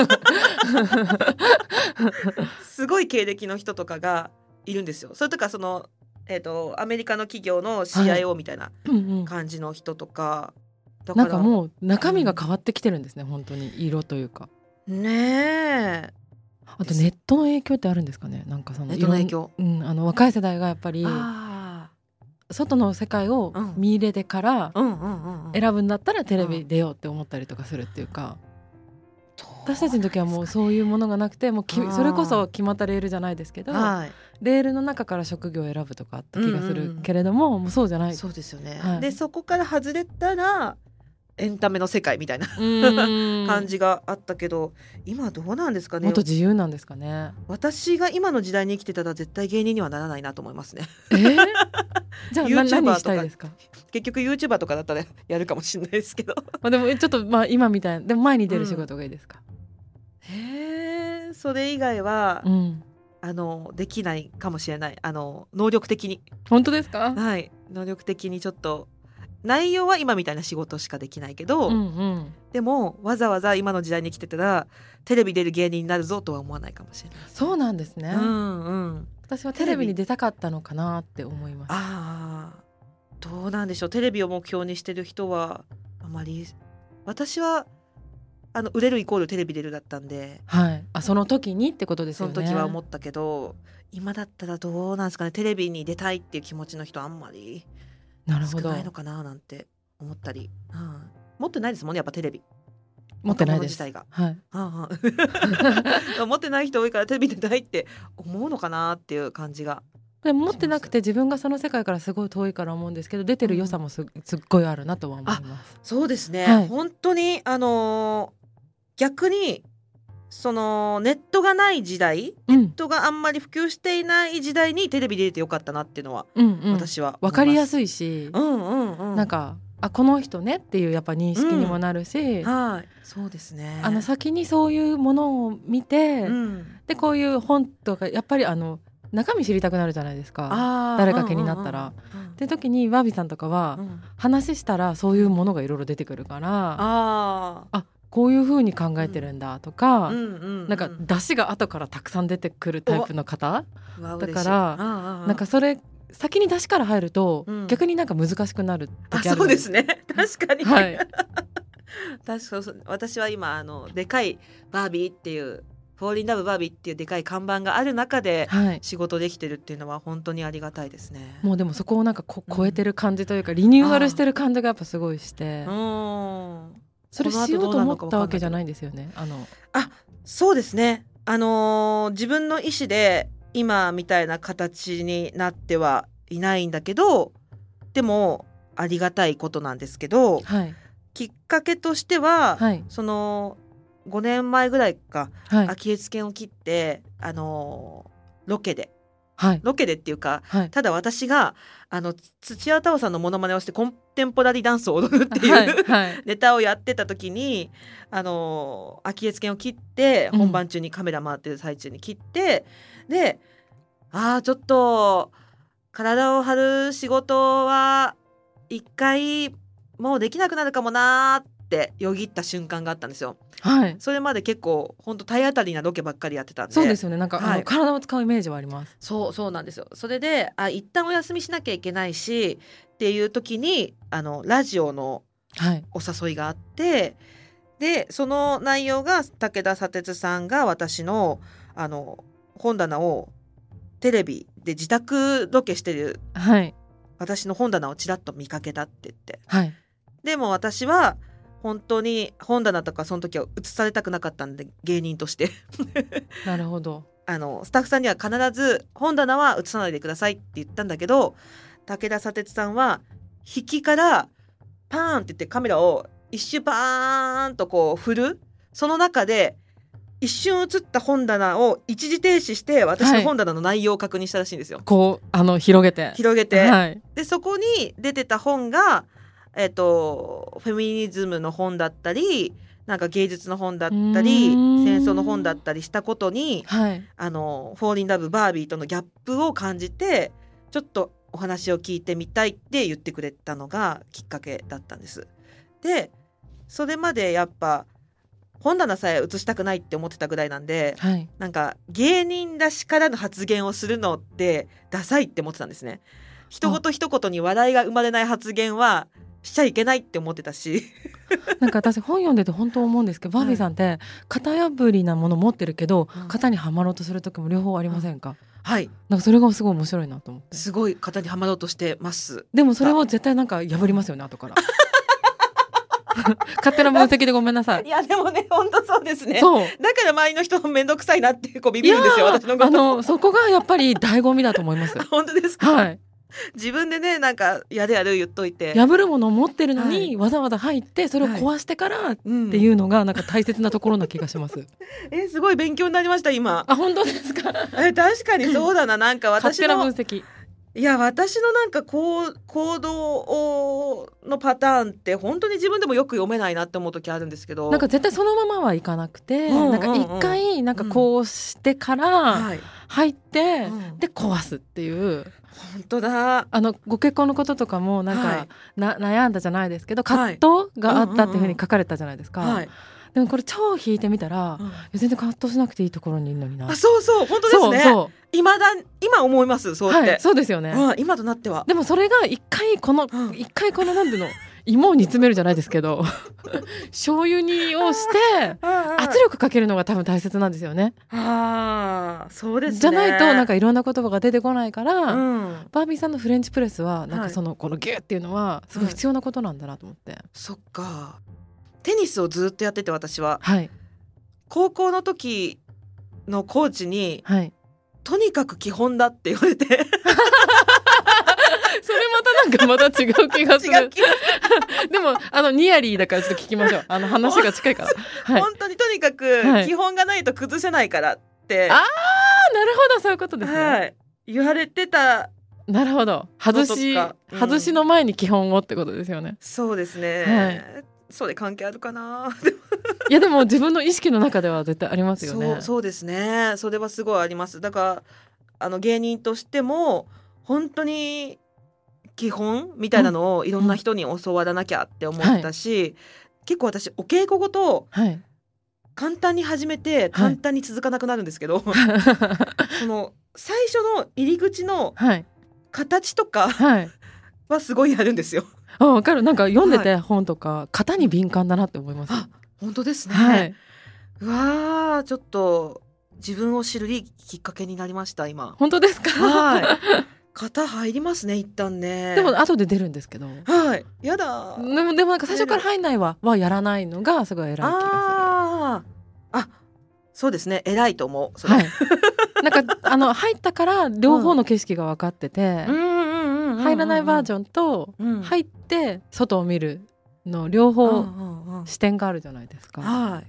すごい経歴の人とかがいるんですよ。それとかその、えーと、アメリカの企業の シーアイオー みたいな感じの人とか、 はい、だからなんかもう中身が変わってきてるんですね、うん、本当に色というかねえ。 あとネットの影響ってあるんですかね。なんかそのネットの影響、 うん、あの若い世代がやっぱり外の世界を見入れてから選ぶんだったらテレビ出ようって思ったりとかするっていうか、私たちの時はもうそういうものがなくて、もうきそれこそ決まったレールじゃないですけど、はい、レールの中から職業を選ぶとかあった気がするけれども、うんうんうん、もうそうじゃない。 そうですよね、はい、でそこから外れたらエンタメの世界みたいな感じがあったけど、今どうなんですかね。 もっと自由なんですかね。 私が今の時代に生きてたら絶対芸人にはならないなと思いますね。 えー、じゃあ YouTuber 何したいですか。 結局 YouTuber とかだったらやるかもしれないですけどまあでもちょっとまあ今みたいな、でも前に出る仕事がいいですか。 うん、へー、それ以外は、うん、あのできないかもしれない。あの能力的に。 本当ですか。 はい、能力的にちょっと内容は今みたいな仕事しかできないけど、うんうん、でもわざわざ今の時代に来てたらテレビ出る芸人になるぞとは思わないかもしれない。 そうなんですね、 うんうん、 私はテレビに出たかったのかなって思います。 ああ、どうなんでしょう。テレビを目標にしてる人はあまり、私はあの売れるイコールテレビ出るだったんで、 はい、あその時にってことですよね。 その時は思ったけど、今だったらどうなんですかね。テレビに出たいっていう気持ちの人あんまり少ないのかななんて思ったり、うん、持ってないですもんねやっぱテレビ。 持ってないです。 自体が、 はい、 はあ、持ってない人多いからテレビ出たいって思うのかなっていう感じが。 でも持ってなくて自分がその世界からすごい遠いから思うんですけど、出てる良さも す,、うん、すっごいあるなとは思います。 そうですね、 はい、 本当にあのー、逆にそのネットがない時代、うん、ネットがあんまり普及していない時代にテレビで出てよかったなっていうのは、うんうん、私は分かりやすいし、 うんうんうん、 なんかあこの人ねっていうやっぱ認識にもなるし、 うん、はい、そうですね、 あの先にそういうものを見て、うん、でこういう本とかやっぱりあの中身知りたくなるじゃないですか、誰か気になったら、うんうんうん、って時にバービーさんとかは、うん、話したらそういうものがいろいろ出てくるから、ああこういう風に考えてるんだとか、うんうんうんうん、なんか出汁が後からたくさん出てくるタイプの方だから、なんかそれ先に出汁から入ると、うん、逆になんか難しくなる時ある。 あ、そうですね、確かに、 はい、 確か私は今あのでかいバービーっていうフォーリンラブバービーっていうでかい看板がある中で仕事できてるっていうのは本当にありがたいですね、 はい、もうでもそこをなんかこ超えてる感じというか、うん、リニューアルしてる感じがやっぱすごいして、うん、それしようと思ったわけじゃないんですよね。あのあそうですね、あのー、自分の意思で今みたいな形になってはいないんだけど、でもありがたいことなんですけど、はい、きっかけとしては、はい、そのごねんまえぐらいか、はい、アキレス腱を切って、あのー、ロケではい、ロケでっていうか、はい、ただ私があの土屋太鳳さんのモノマネをしてコンテンポラリーダンスを踊るっていう、はいはい、ネタをやってた時に、あのアキレス腱を切って本番中にカメラ回ってる最中に切って、うん、であーちょっと体を張る仕事は一回もうできなくなるかもなーってよぎった瞬間があったんですよ。はい、それまで結構本当体当たりなロケばっかりやってたんで。 そうですよね、なんか、はい、あの体を使うイメージはあります。 そうそうなんですよ。それであ一旦お休みしなきゃいけないしっていう時にあのラジオのお誘いがあって、はい、でその内容が武田砂鉄さんが私のあの本棚をテレビで自宅ロケしてる、はい、私の本棚をちらっと見かけたって言って、はい、でも私は本当に本棚とかその時は映されたくなかったんで、芸人としてなるほど。 あのスタッフさんには必ず本棚は映さないでくださいって言ったんだけど、武田砂鉄さんは引きからパーンって言ってカメラを一周パーンとこう振る、その中で一瞬映った本棚を一時停止して私の本棚の内容を確認したらしいんですよ、はい、 こうあの広げて広げて、はい、でそこに出てた本がえっと、フェミニズムの本だったりなんか芸術の本だったり戦争の本だったりしたことに、はい、あのフォーリンラブバービーとのギャップを感じてちょっとお話を聞いてみたいって言ってくれたのがきっかけだったんです。でそれまでやっぱ本棚さえ映したくないって思ってたぐらいなんで、はい、なんか芸人らしからぬ発言をするのってダサいって思ってたんですね。一言一言に笑いが生まれない発言はしちゃいけないって思ってたしなんか私本読んでて本当思うんですけど、バービーさんって型破りなもの持ってるけど、はい、型にはまろうとする時も両方ありませんか？ はい、 なんかそれがすごい面白いなと思って。 すごい型にはまろうとしてます。 でもそれは絶対なんか破りますよね後から勝手な分析でごめんなさい。 いやでもね本当そうですね。そうだから周りの人もめんどくさいなってこうビビるんですよ私のこと。 あのそこがやっぱり醍醐味だと思います本当ですか？ はい、 自分でねなんかやるやる言っといて破るものを持ってるのに、はい、わざわざ入ってそれを壊してからっていうのがなんか大切なところな気がします。 えすごい勉強になりました今。 あ本当ですか？ え確かにそうだな。なんか私の勝手な分析、 いや私のなんかこう行動のパターンって本当に自分でもよく読めないなって思う時あるんですけど、 なんか絶対そのままはいかなくて、うんうんうん、なんか一回なんかこうしてから入って、うん、で壊すっていう本当だ。 あのご結婚のこととかもなんか、はい、な悩んだじゃないですけど葛藤があったっていうふうに書かれたじゃないですか、はいうんうんうん、でもこれ超引いてみたら、うん、全然葛藤しなくていいところにいるのにな。 あそうそう本当ですね。そうそう今だ今思いますそうって、はい、 そうですよね、 うん、今となっては。 でもそれが一回この、うん、一回このなんていうの芋を煮詰めるじゃないですけど醤油煮をして圧力かけるのが多分大切なんですよね。 あそうですね。 じゃないとなんかいろんな言葉が出てこないから、うん、バービーさんのフレンチプレスはなんかその、はい、このギューっていうのはすごい必要なことなんだなと思って、 うん、そっかテニスをずっとやってて私は、 はい、 高校の時のコーチに、 はい、 とにかく基本だって言われてそれまたなんかまた違う気がするでもあのニヤリーだからちょっと聞きましょう。あの話が近いから、 はい、本当にとにかく基本がないと崩せないからって、 はい、あーなるほどそういうことですね、 はい、言われてた。 なるほど、外し、うん、外しの前に基本をってことですよね。 そうですね、はい、それ関係あるかな。 いやでも自分の意識の中では絶対ありますよね。 そう、そうですね、それはすごいあります。だからあの芸人としても本当に基本みたいなのをいろんな人に教わらなきゃって思ったし、うんうん、結構私お稽古ごと簡単に始めて簡単に続かなくなるんですけど、はい、その最初の入り口の形とかはすごいやるんですよ。 あ、分かる。なんか読んでて本とか、はい、型に敏感だなって思います。 あ、本当ですね、 はい、 うわー、ちょっと自分を知るいいきっかけになりました今。 本当ですか？ はい型入りますね一旦ね。 でも後で出るんですけど、 はい、やだ。 でもでもなんか最初から入んないわはやらないのがすごい偉い気がする。 ああ、そうですね、偉いと思うそれ、はい、 なんかあの入ったから両方の景色が分かってて、入らないバージョンと入って外を見るの両方視点があるじゃないですか、はい、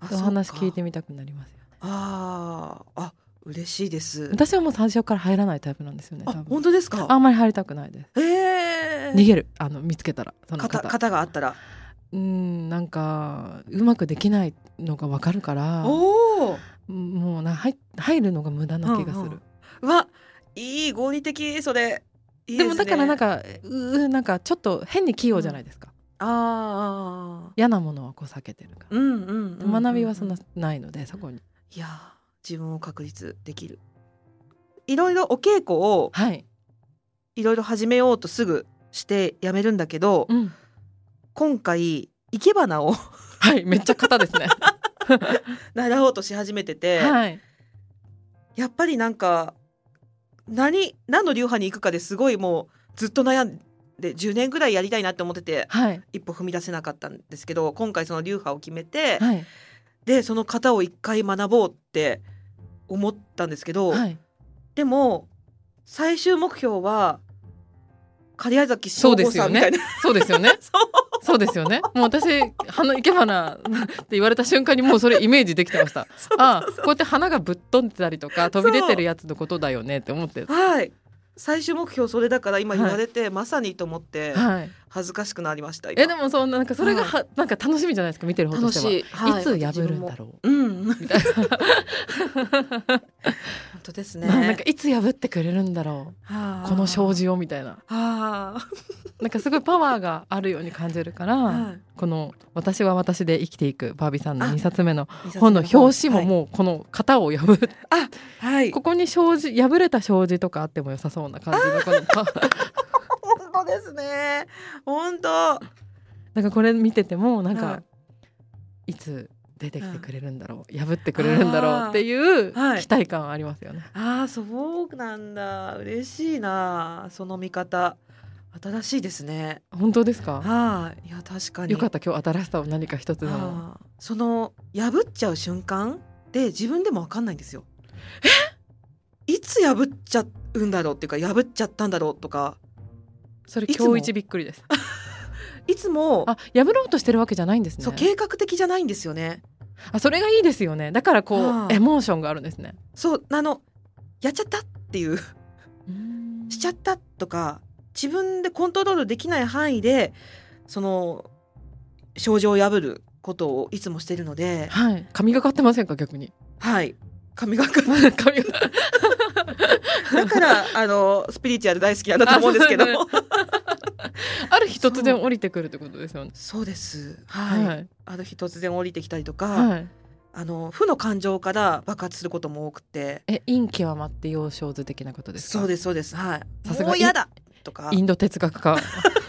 お話聞いてみたくなりますよね。 ああ、嬉しいです。 私はもう最初から入らないタイプなんですよね。 あ、本当ですか？ あんまり入りたくないです。 えー、 逃げる、あの見つけたらその型, 型があったらうーん、なんかうまくできないのが分かるから、 おもうな 入, 入るのが無駄な気がする、うんうん、うわ、いい合理的それ。いいですね。 でもだからなんかうなんかちょっと変に器用じゃないですか、 うん、あ嫌なものはこう避けてるから、 うんうんうんうん、 学びはそんなないのでそこに。 いや自分を確立できる。いろいろお稽古を、はい、いろいろ始めようとすぐしてやめるんだけど、うん、今回生け花をはいめっちゃ型ですね習おうとし始めてて、はい、やっぱりなんか何何の流派に行くかですごいもうずっと悩んでじゅうねんぐらいやりたいなって思ってて、はい、一歩踏み出せなかったんですけど、今回その流派を決めて、はい、でその型を一回学ぼうって思ったんですけど、はい、でも最終目標は狩崎省吾さんみたいな。 そうですよねそうそうですよね。もう私花生け花って言われた瞬間にもうそれイメージできてました。そうそうそう、ああこうやって花がぶっ飛んでたりとか飛び出てるやつのことだよねって思って、 はい、最終目標それだから今言われて、はい、まさにと思って恥ずかしくなりました。 今えでもそんな、なんかそれがは、はい、なんか楽しみじゃないですか、見てる方としては。楽しい、はい、いつ破るんだろう、うん、みたいな本当ですね。 なんかいつ破ってくれるんだろうこの障子をみたいな、なんかすごいパワーがあるように感じるから、はい、この私は私で生きていくバービーさんのにさつめの本の表紙ももうこの型を破って、はい、ここに障子破れた障子とかあっても良さそうな感じのこの本当ですね、本当なんかこれ見ててもなんか、はい、いつ出てきてくれるんだろう、うん、破ってくれるんだろうっていう期待感はありますよね。 あ、はい、あ、そうなんだ、嬉しいな、その見方新しいですね。 本当ですか？ はい、いや確かによかった。今日新しさを何か一つでも。 その破っちゃう瞬間で自分でも分かんないんですよ。え、いつ破っちゃうんだろうっていうか破っちゃったんだろうとか。 それ今日一びっくりですいつもあ破ろうとしてるわけじゃないんですね。 そう、計画的じゃないんですよね。 あ、それがいいですよね。だからこうエモーションがあるんですね。 そう、あのやっちゃったっていうしちゃったとか自分でコントロールできない範囲でその症状を破ることをいつもしているので、 はい、神がかってませんか逆に。 はい、神がかって神がだからあのスピリチュアル大好きなんだと思うんですけどある日突然降りてくるってことですよね。 そうです、はいはい、ある日突然降りてきたりとか、はい、あの負の感情から爆発することも多くて。 え、陰極まって幼少図的なことですか？ そうですそうです、はい、 さすがもう嫌だとかインド哲学家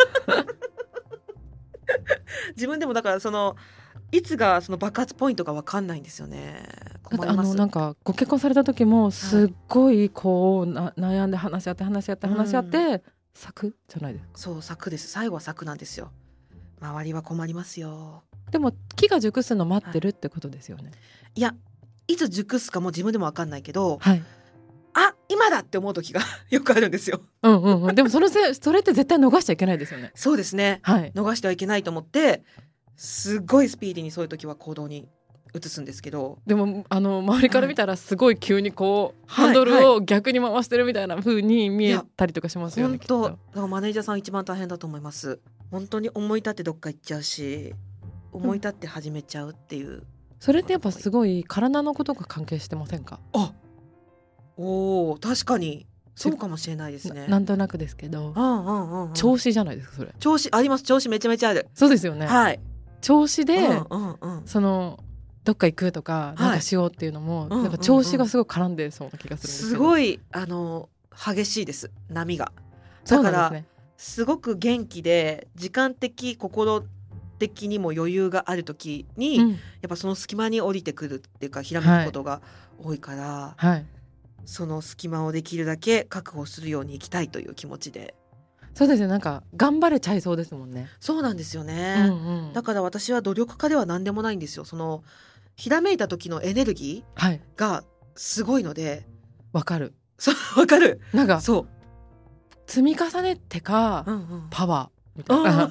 自分でもだからそのいつがその爆発ポイントか分かんないんですよね。困ります。 あのなんかご結婚された時もすっごいこうな悩んで話し合って話し合って話し合って、うん、咲くじゃないですか。 そう、咲くです。最後は咲くなんですよ。周りは困りますよ。 でも木が熟すの待ってるってことですよね、はい、 いやいつ熟すかも自分でも分かんないけど、 はい、 あ今だって思う時がよくあるんですよ。 うんうんうん、でもそのせそれって絶対逃しちゃいけないですよね。 そうですね、 はい、 逃してはいけないと思ってすごいスピーディーにそういう時は行動に移すんですけど、 でもあの周りから見たらすごい急にこう、はい、ハンドルを逆に回してるみたいな風に見えたりとかしますよね。 本当だからマネージャーさん一番大変だと思います。本当に思い立ってどっか行っちゃうし、思い立って始めちゃうっていう、うん、 それってやっぱすごい体のことが関係してませんか？ あおー確かにそうかもしれないですね。 な, なんとなくですけど、 うんうんうんうん、 調子じゃないですかそれ。 調子あります。調子めちゃめちゃある。 そうですよね、 はい、 調子で、 うんうんうん、 そのどっか行くとかなんかしようっていうのも、はい、なんか調子がすごい絡んでそうな気がするんですけど、 すごいあの激しいです波が。だから す,、ね、すごく元気で時間的心的にも余裕がある時に、うん、やっぱその隙間に降りてくるっていうかひらめくことが多いから、 はいはい、 その隙間をできるだけ確保するようにいきたいという気持ちで。 そうですね、なんか頑張れちゃいそうですもんね。 そうなんですよね、うんうん、だから私は努力家では何でもないんですよ。そのひらめいた時のエネルギーがすごいので。 わ、はい、かるわかる。 なんかそう積み重ねてか、うんうん、パワーみたいな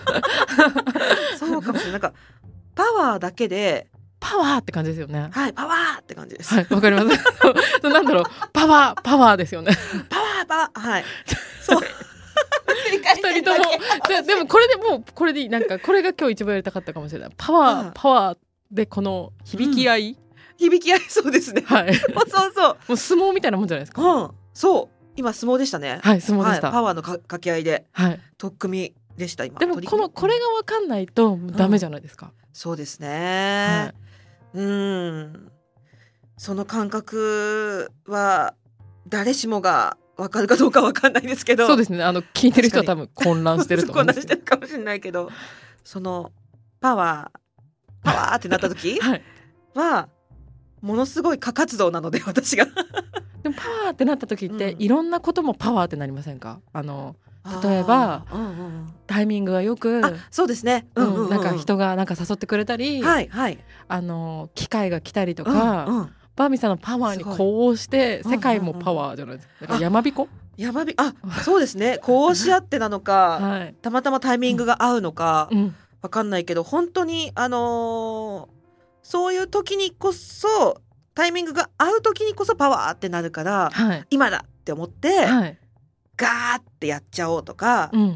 そうかもしれない。なんかパワーだけでパワーって感じですよね。 はい、パワーって感じです。 はい、わかりますなんだろう、パワーパワーですよね。 パワーパワー、はいそう二人ともで, でもこれでもうこれでいい。なんかこれが今日一番やりたかったかもしれない。パワー、うん、パワーでこの響き合い、うん、 響き合い、そうですね、 はいそうそうそう、 もう相撲みたいなもんじゃないですか、 うん、そう今相撲でしたね。 はい、相撲でした、 はい、パワーのか掛け合いで、 はい、 取っ組みでした今。 でもこのこれが分かんないとダメじゃないですか、うん、 そうですね、はい、うんその感覚は誰しもが分かるかどうか分かんないですけど、 そうですね、あの聞いてる人は多分混乱してると思うんですけど混乱してるかもしれないけど、そのパワーパワーってなった時はものすごい過活動なので私がでもパワーってなった時って、うん、いろんなこともパワーってなりませんか？あの例えば、うんうん、タイミングがよく、 そうですね、 うんうんうん、なんか人がなんか誘ってくれたり、 はいはい、 あの機会が来たりとか、うんうん、バーミさんのパワーに呼応して世界もパワーじゃないですか。だから山彦山びあそうですね、呼応し合ってなのか、はい、たまたまタイミングが合うのか、うん、分かんないけど本当に、あのー、そういう時にこそタイミングが合う時にこそパワーってなるから、はい、今だって思って、はい、ガーってやっちゃおうとか、うんうん、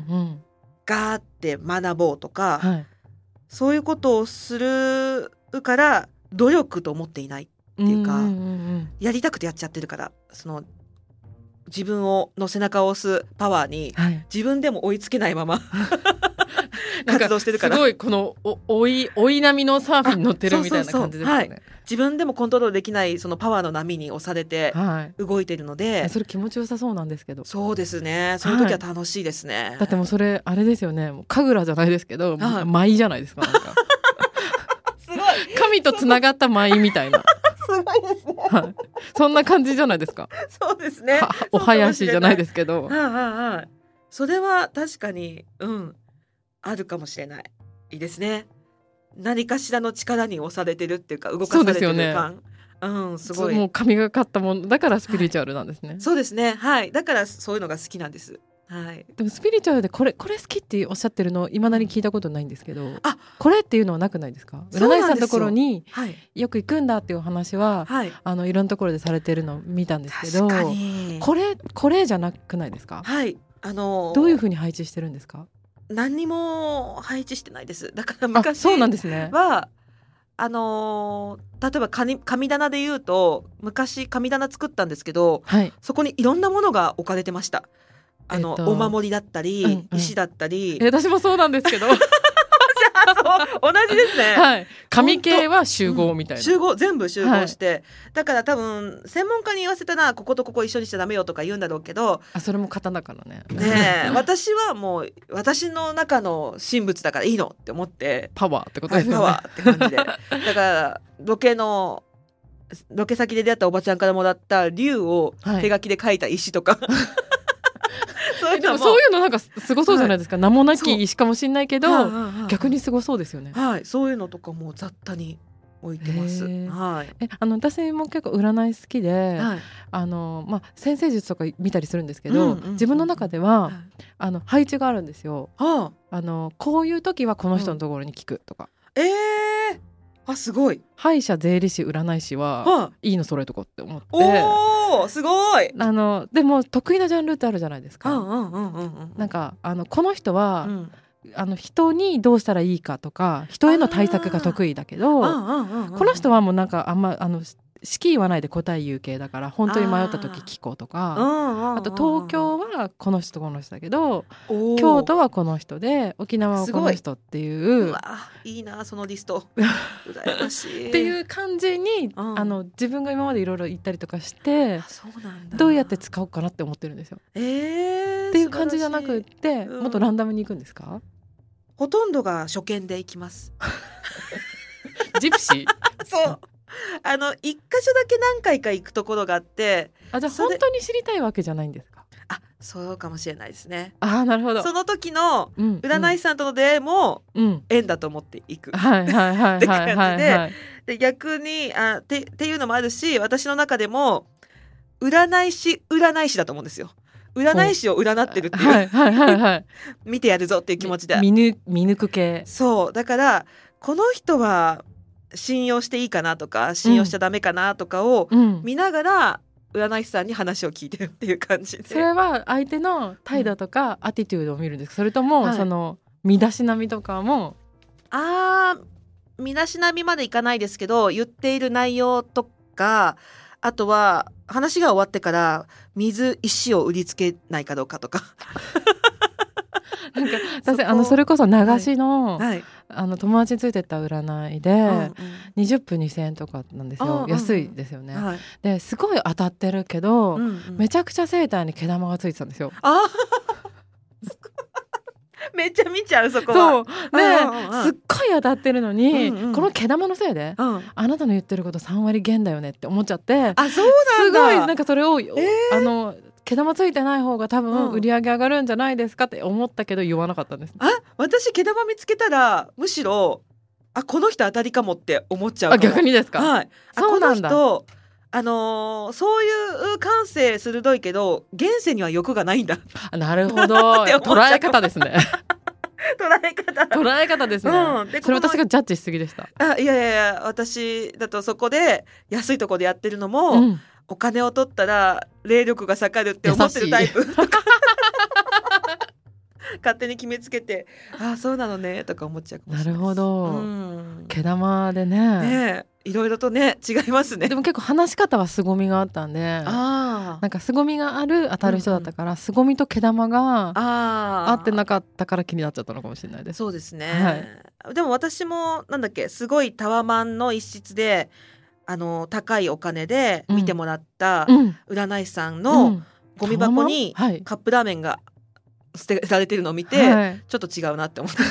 ガーって学ぼうとか、はい、そういうことをするから努力と思っていないっていうか、うんうんうん、やりたくてやっちゃってるから、その自分をの背中を押すパワーに、はい、自分でも追いつけないまま活動してるから、 すごいこのお追い追い波のサーフィンに乗ってるみたいな感じですよね。そうそうそう、はい、 自分でもコントロールできないそのパワーの波に押されて動いてるので、はい、 それ気持ちよさそうなんですけど。 そうですね、そういう時は楽しいですね、はい、 だってもうそれあれですよね、神楽じゃないですけど、はい、舞じゃないですか、なんかすごい神とつながった舞みたいなすごいですね、 はい、そんな感じじゃないですか。 そうですね、 お囃子じゃないですけど、 はいはいはい、それは確かに、うん、あるかもしれないいいですね。何かしらの力に押されてるっていうか動かされてる感、そうですよね、うん、すごいもう神がかったものだからスピリチュアルなんですね、はい、 そうですね、はい、だからそういうのが好きなんです、はい、 でもスピリチュアルでこれこれ好きっておっしゃってるのいまだに聞いたことないんですけど、あこれっていうのはなくないですか？占い師さんのところによく行くんだっていう話は、はい、あのいろんなところでされてるのを見たんですけど、確かにこれこれじゃなくないですか？はい、あのー、どういうふうに配置してるんですか？ 何にも配置してないです。だから昔はそうなんですね、 あのー、例えば神棚で言うと昔神棚作ったんですけど、はい、そこにいろんなものが置かれてました。あの、えっと、お守りだったり、うんうん、石だったり、 え私もそうなんですけどそう同じですね、 はい、神系は集合みたいな、 うん、集合全部集合して、はい、だから多分専門家に言わせたらこことここ一緒にしちゃダメよとか言うんだろうけど、 あそれも刀からねねえ私はもう私の中の神仏だからいいのって思ってパワーってことですよね、 はい、パワーって感じでだからロケのロケ先で出会ったおばちゃんからもらった竜を手書きで書いた石とか、はい、そういうでもそういうのなんかすごそうじゃないですか、はい、名もなき石かもしれないけど、はあはあ、逆にすごそうですよね。 はい、そういうのとかも雑多に置いてます。はい、 えあの私も結構占い好きで、はい、あのまあ、先生術とか見たりするんですけど、うんうんうん、自分の中では、はい、あの配置があるんですよ、はあ、あのこういう時はこの人のところに聞くとか、 うん、えー、あすごい。 歯医者、税理士、占い師は、はあ、いいの揃えとこって思って。 おーすごい。 あのでも得意なジャンルってあるじゃないですか。なんかあのこの人は、うん、あの人にどうしたらいいかとか人への対策が得意だけど、この人はもうなんかあんまあの式言わないで答え言う系だから本当に迷った時聞こうとか、 あ, あと東京はこの人とこの人だけど京都はこの人で沖縄はこの人っていう、 うわいいなそのリスト羨ましいっていう感じに、うん、あの自分が今までいろいろ言ったりとかしてそうなんだどうやって使おうかなって思ってるんですよ、えー、っていう感じじゃなくって、うん、もっとランダムに行くんですか？ ほとんどが初見で行きますジプシーそうあの一箇所だけ何回か行くところがあって、 あじゃあ本当に知りたいわけじゃないんですか？ あそうかもしれないですね。 あなるほど。 その時の占い師さんとの出会いも縁だと思っていく、うん、 はいはいはいって感じで、で逆にあてっていうのもあるし、私の中でも占い師占い師だと思うんですよ。占い師を占ってるっていう、はいはいはいはい、見てやるぞっていう気持ちで見抜、見抜く系。 そうだからこの人は信用していいかなとか信用しちゃダメかなとかを見ながら、うん、占い師さんに話を聞いてるっていう感じで。 それは相手の態度とかアティチュードを見るんですか？それとも、はい、その身だしなみとかも。 あー身だしなみまでいかないですけど言っている内容とか、あとは話が終わってから水石を売りつけないかどうかとかなんか私あのそれこそ流しの、はいはい、あの友達についてった占いで、うんうん、にじゅっぷんにせんえんとかなんですよ。安いですよね、はい、ですごい当たってるけど、うんうん、めちゃくちゃセーターに毛玉がついてたんですよ。あめっちゃ見ちゃうそこは。 そうですっごい当たってるのに、うんうん、この毛玉のせいで、うん、あなたの言ってることさんわり減だよねって思っちゃって。 あそうなんだ。 すごいなんかそれを、えー、あの毛玉ついてない方が多分売り上げ上がるんじゃないですかって思ったけど言わなかったんです。 あ私毛玉見つけたらむしろあこの人当たりかもって思っちゃうかも。 あ逆にですか？ はい、そうなんだ。あこの人あのー、そういう感性鋭いけど現世には欲がないんだ。 あなるほど捉え方ですね捉え方捉え方ですね、うん、でそれ私がジャッジしすぎでした。 あいやいやいや私だとそこで安いところでやってるのも、うん、お金を取ったら霊力が下がるって思ってるタイプ勝手に決めつけてあそうなのねとか思っちゃうかもしれない。 なるほど、うん、毛玉で ね, ねいろいろとね違いますね。 でも結構話し方は凄みがあったんで、あなんか凄みがある当たる人だったから、うんうん、凄みと毛玉が合ってなかったから気になっちゃったのかもしれないです。 そうですね、はい、でも私もなんだっけすごいタワマンの一室であの高いお金で見てもらった占い師さんのゴミ箱にカップラーメンが捨てられてるのを見て、はい、ちょっと違うなって思って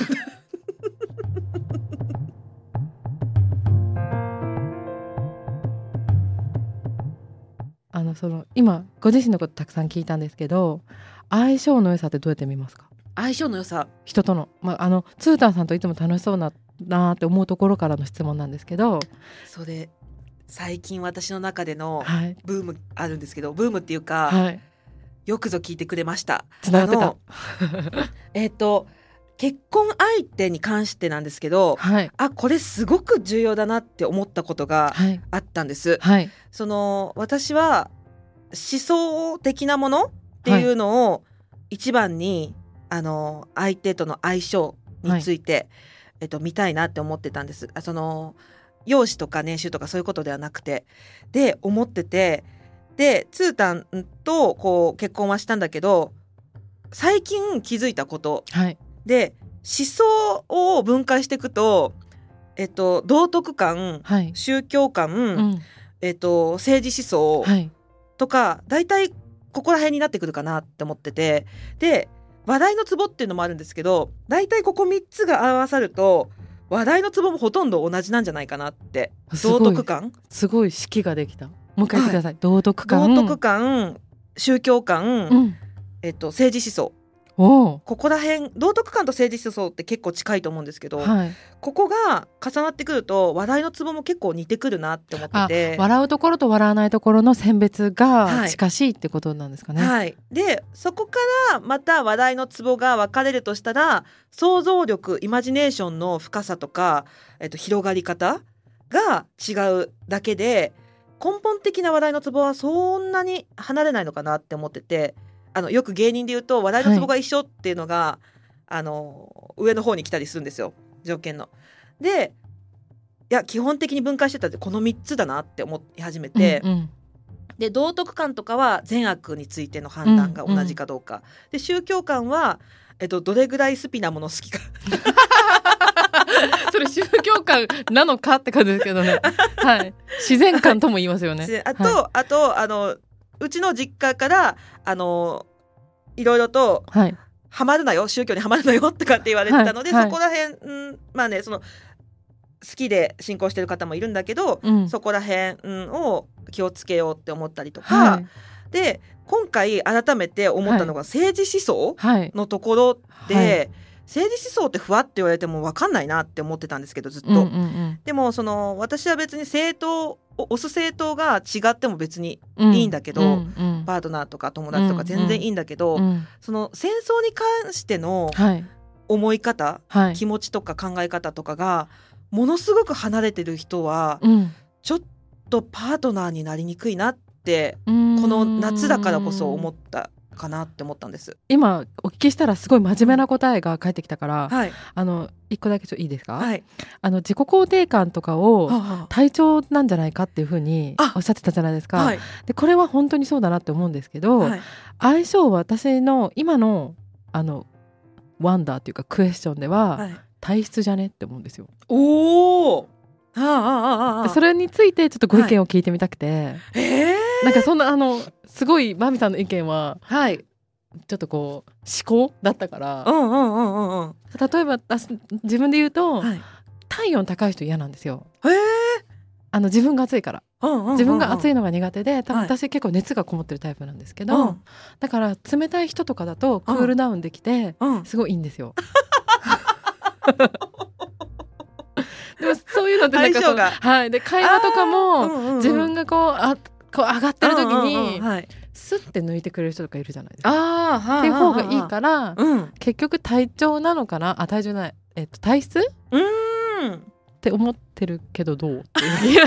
あのその今ご自身のことたくさん聞いたんですけど相性の良さってどうやって見ますか？ 相性の良さ人との、まあ、あのツータンさんといつも楽しそうななって思うところからの質問なんですけど、 それ最近私の中でのブームあるんですけど、はい、ブームっていうか、はい、よくぞ聞いてくれました。 つながってたえっと結婚相手に関してなんですけど、はい、あこれすごく重要だなって思ったことがあったんです、はい、その私は思想的なものっていうのを一番に、はい、あの相手との相性について、はいえっと、見たいなって思ってたんです。あその容姿とか年収とかそういうことではなくてで思ってて、でツータンとこう結婚はしたんだけど最近気づいたこと、はい、で思想を分解していくと、えっと、道徳観、はい、宗教観、うんえっと、政治思想とか、はい、大体ここら辺になってくるかなって思ってて、で話題のツボっていうのもあるんですけど大体ここみっつが合わさると話題のツボもほとんど同じなんじゃないかなって。道徳観すごい式ができた。もう一回言ってください、はい、道徳観道徳観宗教観、うんえっと、政治思想ここら辺道徳観と政治思想って結構近いと思うんですけど、はい、ここが重なってくると笑いのツボも結構似てくるなって思ってて、 笑うところと笑わないところの選別が近しいってことなんですかね。 はいはい、でそこからまた笑いのツボが分かれるとしたら、想像力イマジネーションの深さとか、えっと、広がり方が違うだけで根本的な笑いのツボはそんなに離れないのかなって思ってて、あのよく芸人で言うと笑いのツボが一緒っていうのが、はい、あの上の方に来たりするんですよ、条件の。でいや基本的に分解してたってこのみっつだなって思い始めて、うんうん、で道徳観とかは善悪についての判断が同じかどうか、うんうん、で宗教観は、えっと、どれぐらいスピなもの好きかそれ宗教観なのかって感じですけどね、はい、自然観とも言いますよね。 あと、 はい、 あとあのうちの実家からあのいろいろと、はい、ハマるなよ宗教にハマるなよとかって言われてたので、はい、そこら辺、うん、まあねその好きで信仰してる方もいるんだけど、うん、そこら辺、うん、を気をつけようって思ったりとか、はい、で今回改めて思ったのが、はい、政治思想のところで、はいはい、政治思想ってふわって言われても分かんないなって思ってたんですけどずっと、うんうんうん、でもその私は別に政党推す政党が違っても別にいいんだけど、うんうんうん、パートナーとか友達とか全然いいんだけど、うんうん、その戦争に関しての思い方、はい、気持ちとか考え方とかがものすごく離れてる人は、うん、ちょっとパートナーになりにくいなってこの夏だからこそ思ったかなって思ったんです。 今お聞きしたらすごい真面目な答えが返ってきたから、はい、あの一個だけちょっといいですか、はい、あの自己肯定感とかを体調なんじゃないかっていうふうにおっしゃってたじゃないですか、はい、でこれは本当にそうだなって思うんですけど、はい、相性は私の今のあのワンダーっていうかクエスチョンでは、はい、体質じゃねって思うんですよ。 おー、 あああああそれについてちょっとご意見を聞いてみたくて、はい、えー、なんかそんなあのすごいバーミさんの意見は、はい、ちょっとこう思考だったから、うんうんうんうん、例えば自分で言うと、はい、体温高い人嫌なんですよ。へー、あの自分が暑いから、うんうんうんうん、自分が暑いのが苦手で多分私結構熱がこもってるタイプなんですけど、はい、だから冷たい人とかだとクールダウンできて、うん、すごいいいんですよ。でもそういうのってなんかこう、はい、で会話とかも、うんうんうん、自分がこうあこう上がってる時に、うんうんうん、はい、スッて抜いてくれる人とかいるじゃないですか。あー、っていう方がいいから、うん、結局体調なのかな、あ体調ない、えっと、体質うーんって思ってるけどどうっていう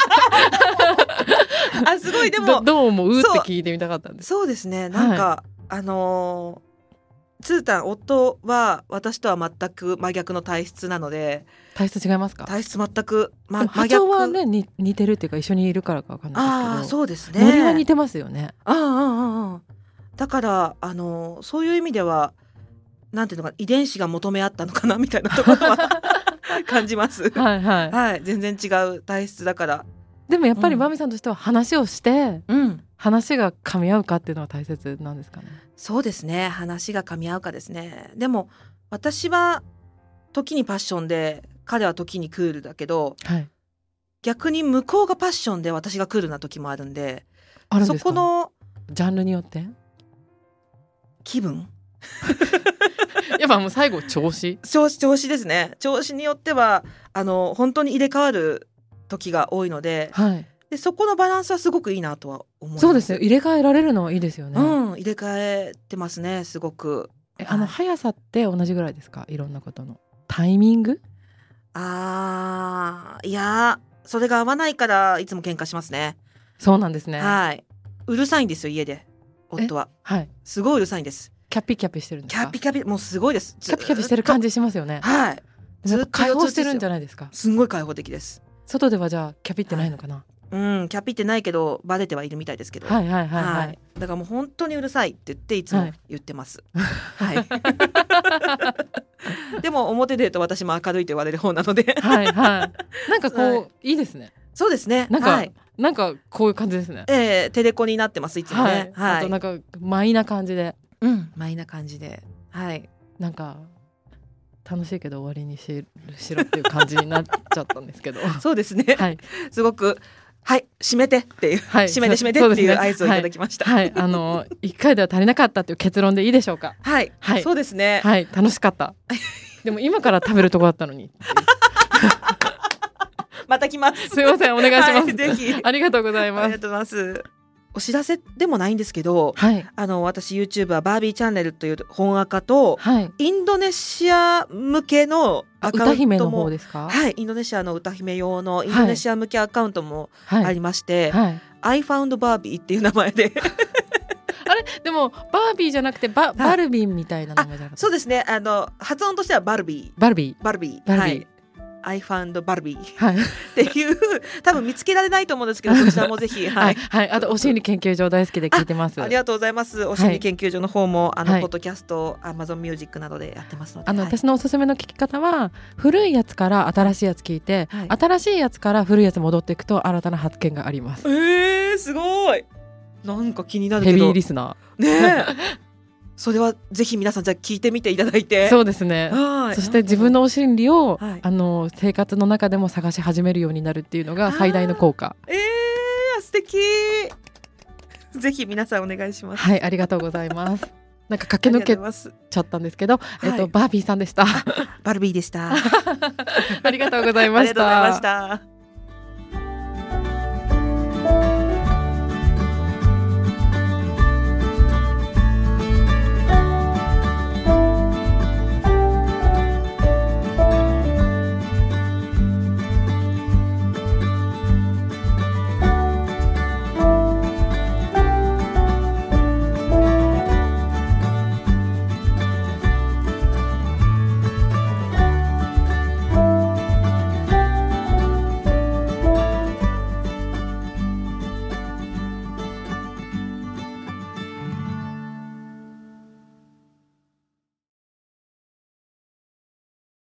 あすごいでもど, どう思うって聞いてみたかったんです。 そうですね、なんか、はい、あのーツータン夫は私とは全く真逆の体質なので。 体質違いますか？ 体質全く、ま、 波長はねに似てるっていうか一緒にいるからか分かんないですけど、 あそうですね、 ノリは似てますよね。 ああああだからあのそういう意味ではなんていうのか遺伝子が求め合ったのかなみたいなところは感じますはい、はいはい、全然違う体質だから。 でもやっぱりバミさんとしては話をして、うん、話が噛み合うかっていうのは大切なんですかね。 そうですね、話が噛み合うかですね。でも私は時にパッションで彼は時にクールだけど、はい、逆に向こうがパッションで私がクールな時もあるんで。 あるんですか？そこのジャンルによって気分やっぱもう最後調子調子調子ですね。調子によってはあの本当に入れ替わる時が多いので、はい、でそこのバランスはすごくいいなとは思います。 そうですね、入れ替えられるのはいいですよね。 うん、入れ替えてますねすごく。 えあの速さって同じぐらいですか？いろんなことのタイミング。 あーいやそれが合わないからいつも喧嘩しますね。 そうなんですね。 はい、うるさいんですよ家で夫は。はい、すごいうるさいんです。 キャピキャピしてるんですか？ キャピキャピもうすごいです。 キャピキャピしてる感じしますよね。はい、ずっと解放してるんじゃないですか？ すんごい開放的です。 外ではじゃあキャピってないのかな？はい、 うんキャピってないけどバレてはいるみたいですけど、 はいはいはいはい、はい、 だからもう本当にうるさいって言っていつも言ってます。はい、はいでも表で言うと私も明るいと言われる方なのではいはいなんかこう、はい、いいですね。 そうですね、 なんか、はい、なんかこういう感じですね。 えー、テレコになってますいつもね。 はいはい、あとなんかマイな感じで、 うん、マイな感じで、はい、 なんか楽しいけど終わりにし, しろっていう感じになっちゃったんですけどそうですね、はい、すごくはい締めてっていう、はい、締めて締めてっていう合図をいただきました。 はい、はい、あのいっかいでは足りなかったという結論でいいでしょうか。 はい、はい、そうですね。 はい、楽しかった。でも今から食べるとこだったのに。 また来ます。 すいません、お願いします。はい、 ぜひ。 ありがとうございます。 ありがとうございます。お知らせでもないんですけど、はい、あの私 YouTuber バービーチャンネルという本アカと、はい、インドネシア向けのアカウントも、 歌姫の方ですか？ はい、インドネシアの歌姫用のインドネシア向けアカウントもありまして、はいはい、I found Barbie っていう名前であれでもバービーじゃなくて バ, バルビンみたいな名前じゃなかった？ そうですね、あの発音としてはバルビーバルビーバルビーバルビー、はい、I found Barbie、はい、っていう多分見つけられないと思うんですけど、そちらもぜひ、はいはい、あとお心理研究所大好きで聞いてます。 あ, ありがとうございます。お心理研究所の方も、はい、あのポッドキャスト Amazon Music などでやってますので、 あの、 はい、 私のおすすめの聞き方は古いやつから新しいやつ聞いて、はい、新しいやつから古いやつ戻っていくと新たな発見があります。 えー、すごい、なんか気になるけどヘビーリスナーねえそれはぜひ皆さんじゃあ聞いてみていただいて。 そうですね。そして自分のお心理を、はい、あの生活の中でも探し始めるようになるっていうのが最大の効果。 えー、素敵。ぜひ皆さんお願いします。 はい、ありがとうございます。なんか駆け抜けちゃったんですけど、えっと、バービーさんでした。 バルビーでした。 ありがとうございました。 ありがとうございました。